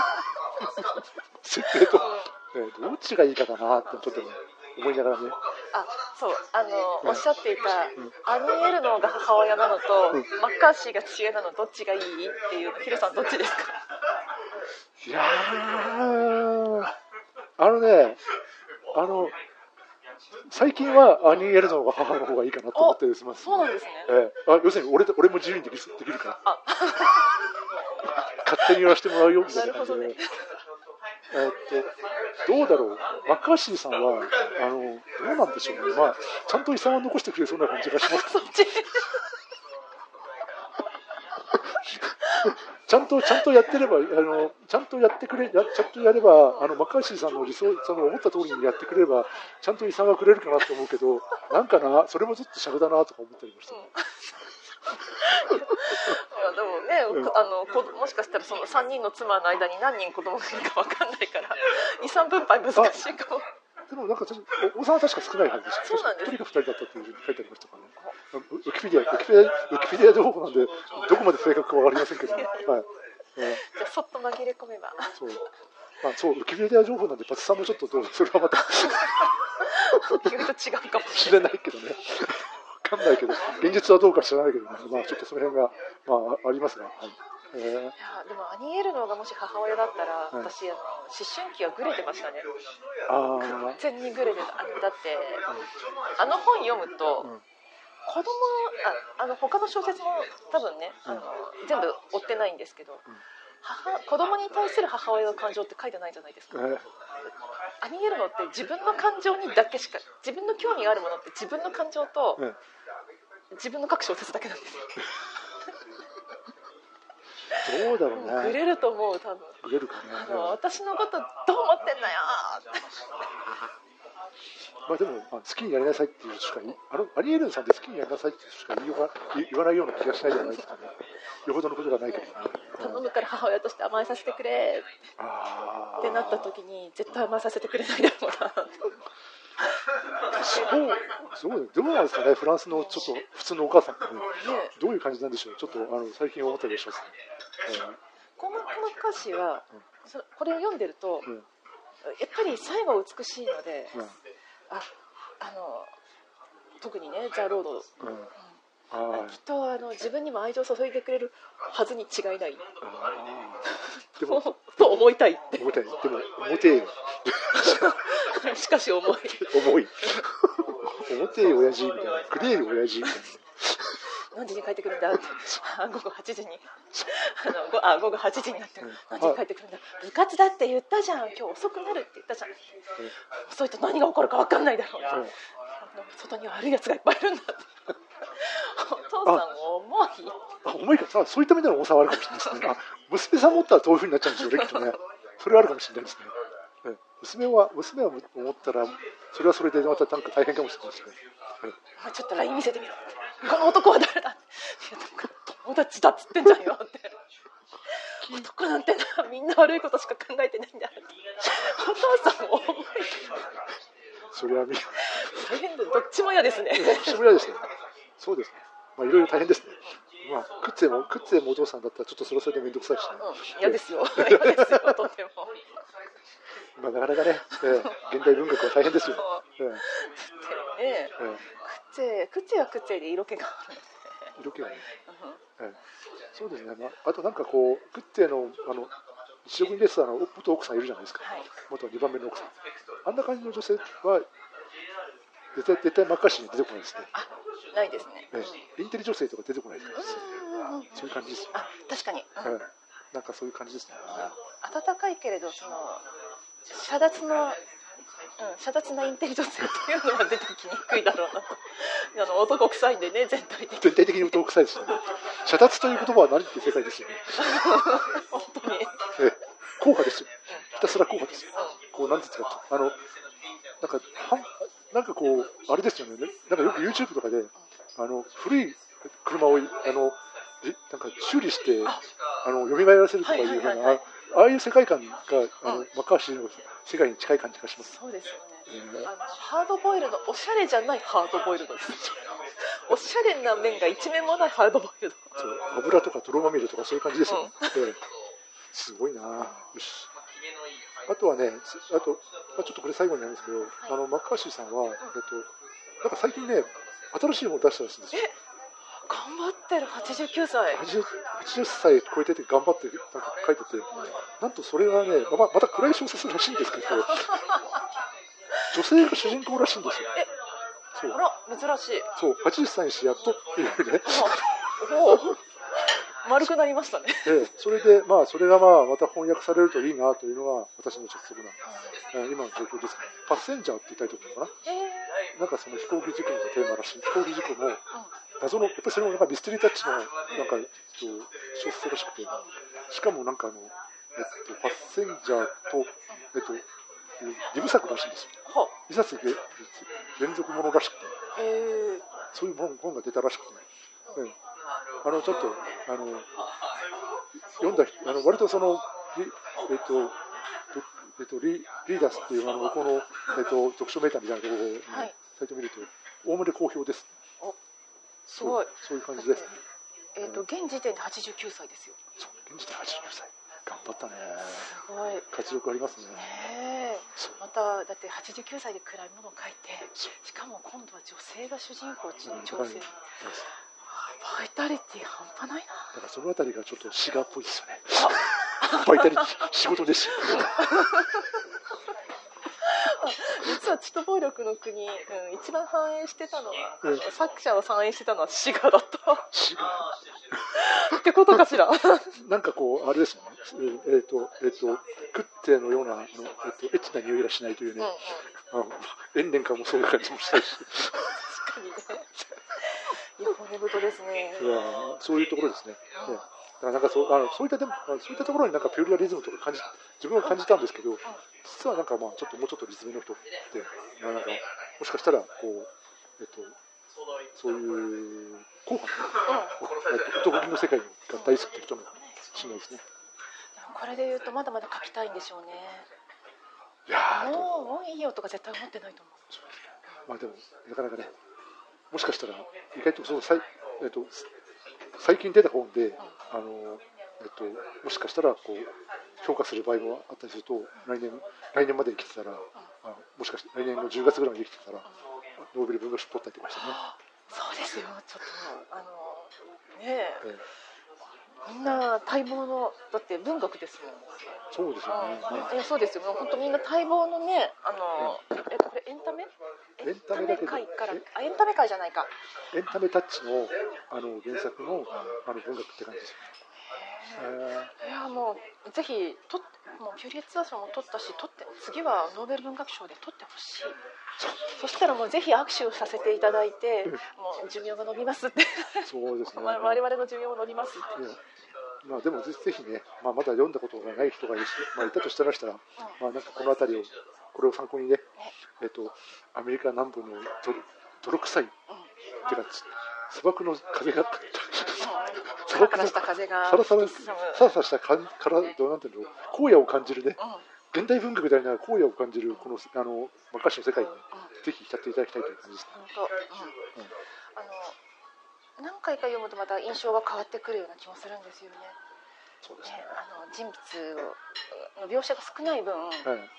設定と、えー、どっちがいいかだなってちょっとね思いながらね。 あ、そう、あの、うん、おっしゃっていた、うん、アニー・エルノーが母親なのと、うん、マッカーシーが父親なのどっちがいいっていうヒロさんどっちですか？ いやー、あのね、あの最近はアニー・エルノーが母の方がいいかなと思ってですます、ね。 そうなんですね。 えー、あ要するに 俺, 俺も自由にできるできるから。勝手に言わせてもらうよみたいな感じで。ね、えー、っとどうだろう。マッカーシーさんはあのどうなんでしょうね。まあちゃんと遺産を残してくれそうな感じがします、ね。ちゃんとちゃんとやってればあのちゃんとやってくれやちゃんとやればあのマッカーシーさんの理想その思った通りにやってくれればちゃんと遺産がくれるかなと思うけど、なんかなそれもちょっと尺だなとか思ったりました、ね。 うんでもね、うん、あのもしかしたらそのさんにんの妻の間に何人子供がいるか分かんないから遺産分配難しいかも。 でもなんかお子さんは確か少ないはずです。 そうなんです。 一人か二人だったっていうふうに書いてありましたからね。ウィキペディアウィキペディアウィキペディア情報なんでどこまで正確かは分かりませんけど、ね、はい。 じゃあそっと紛れ込めば。 そう。あ、そうウィキペディア情報なんでパツさんもちょっとどうそれはまた意外と違うかもしれないけどね。分かんないけど現実はどうか知らないけどね。まあちょっとその辺がまあありますが。はい。えー、いやでもアニー・エルノーがもし母親だったら、はい、私あの思春期はグレてましたね。 あ完全にグレてた。あのだって、うん、あの本読むと、うん、子供ああの他の小説も多分ね、うん、あの全部追ってないんですけど、うん、母子供に対する母親の感情って書いてないじゃないですか。えー、アニー・エルノーって自分の感情にだけしか自分の興味があるものって自分の感情と、うん、自分の書く小説だけなんですよ。 どうだろうね。 グレると思う多分。 グレるかね。 あの私のことどう思ってんだよ。 まあでも、まあ、好きにやりなさいっていうしかあのアリエルンさんで好きにやりなさいっていうしか言いようが言わないような気がしないじゃないですかね。よほどのことがないけどね。 頼むから母親として甘えさせてくれってなった時に絶対甘えさせてくれないだろうな。 そう、どうなんですかね。フランスのちょっと普通のお母さんってね、ねどういう感じなんでしょう。ちょっとあの最近思ったりしますね。 この歌詞は、うん、これを読んでると、うん、やっぱり最後美しいので、うん、ああの特にねザ・ロード、うんうん、きっとあの自分にも愛情を注いでくれるはずに違いない。でもと思いたいって思いたい。でも重てえよ。 しかし重い重い重てえ親父みたいなグレーる親父みたいな。 何時に帰ってくるんだって午後はちじにあのごあ午後はちじになってる、何時に帰ってくるんだ、部活だって言ったじゃん、今日遅くなるって言ったじゃん、遅いと何が起こるか分かんないだろう、うん、外には悪いやつがいっぱいいるんだってお父さん重いあ重いかさ、そういった意味での重さはあるかもしれないですね。あ娘さん持ったらどういうふうになっちゃうんでしょうね、きっとね。それはあるかもしれないですね。娘は娘は思ったらそれはそれでまたなんか大変かもしれないですね。 うん、ちょっと ライン 見せてみろ、この男は誰だ、友達だっつってんじゃんよって男なんてなみんな悪いことしか考えてないんだってお父さんも重いそれはみ大変でどっちも嫌ですね。 どっちも嫌ですね。そうですね。まあいろいろ大変ですね。まあクッツェもクッツェもお父さんだったらちょっとそれはそれで面倒くさいしね。 うん、嫌ですよ。嫌ですよとても。 まあなかなかね、えー、現代文学は大変ですよ。えー、 ねえ、えー、クッツェクッツェはクッツェで色気がある。 色気がね。うんえー、そうですね。まああとなんかこうクッツェのあの一色にレスラーの元奥さんいるじゃないですか。はい、元にばんめの奥さん。あんな感じの女性は絶対絶対マッカーシーに出てこないですね。 あ、ないですね。 えー、インテリ女性とか出てこないですから、ね。そういう感じですよ。 あ、確かに。 うん、なんかそういう感じですね。 温かいけれどその遮奪のうん、遮奪なインテリ女性というのは出てきにくいだろうなと。あの男臭いんでね、全体的に。 全体的に男臭いですね。遮奪という言葉は何って世界ですよね。 本当に。 ええ、硬派ですよ。ひたすら硬派ですよ。こうなんて言ったか、あのなんかはなんかこうあれですよね。なんかよく YouTube とかであの古い車をあのなんか修理してあの蘇らせるとかいうような。ああいう世界観があの、うん、マッカーシーの世界に近い感じがします。 そうですよね。えー、あのハードボイルド、おしゃれじゃないハードボイルドです。おしゃれな面が一面もないハードボイルド。 そう、油とか泥まみれとかそういう感じですよね。うんえー、すごいな。よし。あとはね、あと、まあ、ちょっとこれ最後になるんですけど、はい、あのマッカーシーさんは、うん、えっと、なんか最近ね、新しい本を出したらしいんですよ。 頑張ってるはちじゅうきゅうさい。 はちじゅっさい超えてて頑張ってなんか書いてて、なんとそれがね、ま, また暗い小説らしいんですけど、女性が主人公らしいんですよ。 え、そう。あら、珍しい。 そう、はちじゅっさいにしてやっとっていうね。 おお、丸くなりましたね。 で、それでまあそれがまあまた翻訳されるといいなというのが私の直接な、うん、今の状況ですね。パッセンジャーっていうタイトルなのかな。えー、なんかその飛行機事故のテーマらしい。飛行機事故の、うん謎のやっぱりそれもなんかミステリータッチのなんか小説らしくて、しかもなんかあのえっとパッセンジャーとえっと二部作らしいんですよ。二冊で連続ものらしくて、えー、そういう本本が出たらしくて、うん、あのちょっとあの読んだあの割とそのえっとえっとリリーダースっていうあのこのえっと読書メーターみたいなところを、ねはい、サイト見るとおおむね好評です。 すごい。 そういう感じですね。 えっと現時点ではちじゅうきゅうさいですよ。 そう、現時点ではちじゅうきゅうさい。頑張ったね。 すごい。 活力ありますね。 ねえ。まただってはちじゅうきゅうさいで暗いものを書いて、しかも今度は女性が主人公の挑戦。バイタリティ半端ないな。 だからそのあたりがちょっとシガーっぽいですよね。バイタリティ仕事ですよ。 実はチト暴力の国、うん、一番反映してたのは、うん、作者を反映してたのは滋賀だった。 滋賀ってことかしら。 なんかこうあれですよね。えっ、ー、とえっ、ー、とクッテのようなあの、えー、とエッチな匂いがしないというね。うんうん、あの炎蓮館もそういう感じもしたいし。 確かにね。いや骨太ですね。 いやそういうところですね。うんねだからなんかそうあのそういったでもそういったところになんかピューラリズムとか感じ自分は感じたんですけど、実はなんかまあちょっともうちょっとリズムの人って、まあ、なんかもしかしたらこうえっとそういう硬派な、うん、男気の世界が大好きな人なのかもしれないですね。 これで言うとまだまだ書きたいんでしょうね。 いやもうもういいよとか絶対思ってないと思う。 そうですね。まあでもなかなかねもしかしたら意外とその最えっと最近出た本で、うん、あのえっと、もしかしたらこう評価する場合もあったりすると来年来年まで生きてたら、うん、あもしかして来年のじゅうがつぐらいまで生きてたら、うん、ノーベル文学賞取ったりとかしてね。 そうですよ。ちょっとあのねえ、ええ、みんな待望のだって文学ですもん。 そうですよね。 あえそうですよ。本当みんな待望のねあの、うん、えこれエンタメ？ エンタメだけど界からあエンタメ界じゃないか。 エンタメタッチのあの原作のあの文学って感じですよね。 いやもうぜひともうピュリエッツアー賞も取ったし取って次はノーベル文学賞で取ってほしい。そしたらもうぜひ握手をさせていただいて、うん、もう寿命が伸びますって。 そうですね。 我々の寿命も伸びますって。 まあでもぜひね、まあ、まだ読んだことがない人がいる、まあ、いたとしたらしたら、うん、まあなんかこの辺りをこれを参考にね、えっとアメリカ南部の泥臭い、うん、てか砂漠の風がサラサラした風がサラサラサラサラしたからどうなんていうの荒野を感じるね、うん、現代文学みたいな荒野を感じるこのあのマッカーシーの世界に、ねうん、ぜひ浸っていただきたいという感じですね。 本当、うんうん、あの何回か読むとまた印象が変わってくるような気もするんですよね。 そうですね。 ねあの人物の描写が少ない分、はい、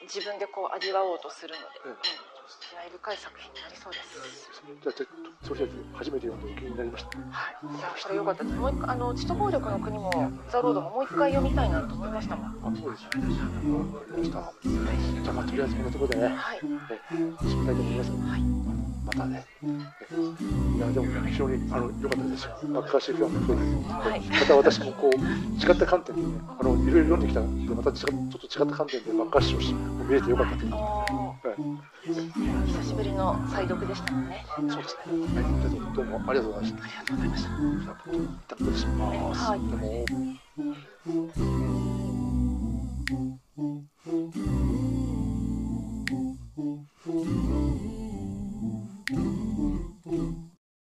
自分でこう味わおうとするので、はいうん味深い作品になりそうです。 じゃあとりあえず初めて読んで気になりました。 はい。じゃあこれ良かったです。もう一回あのチト暴力の国もザロードももう一回読みたいなと思いましたもん。 あ、そうですね。じゃあ、じゃあまあとりあえずこのところでね。はい。締めたいと思います。はい。またね。いやでも非常にあの良かったですよ。マッカーシーファンの声で、はい、また私もこう違った観点でね、あのいろいろ読んできたんでまたちょっと違った観点でマッカーシーを見れて良かったという。はい久しぶりの再読でしたもんね。 そうですね。はい、どうもありがとうございました。 ありがとうございました。 じゃあ、一旦閉じします。 はい。 どうも。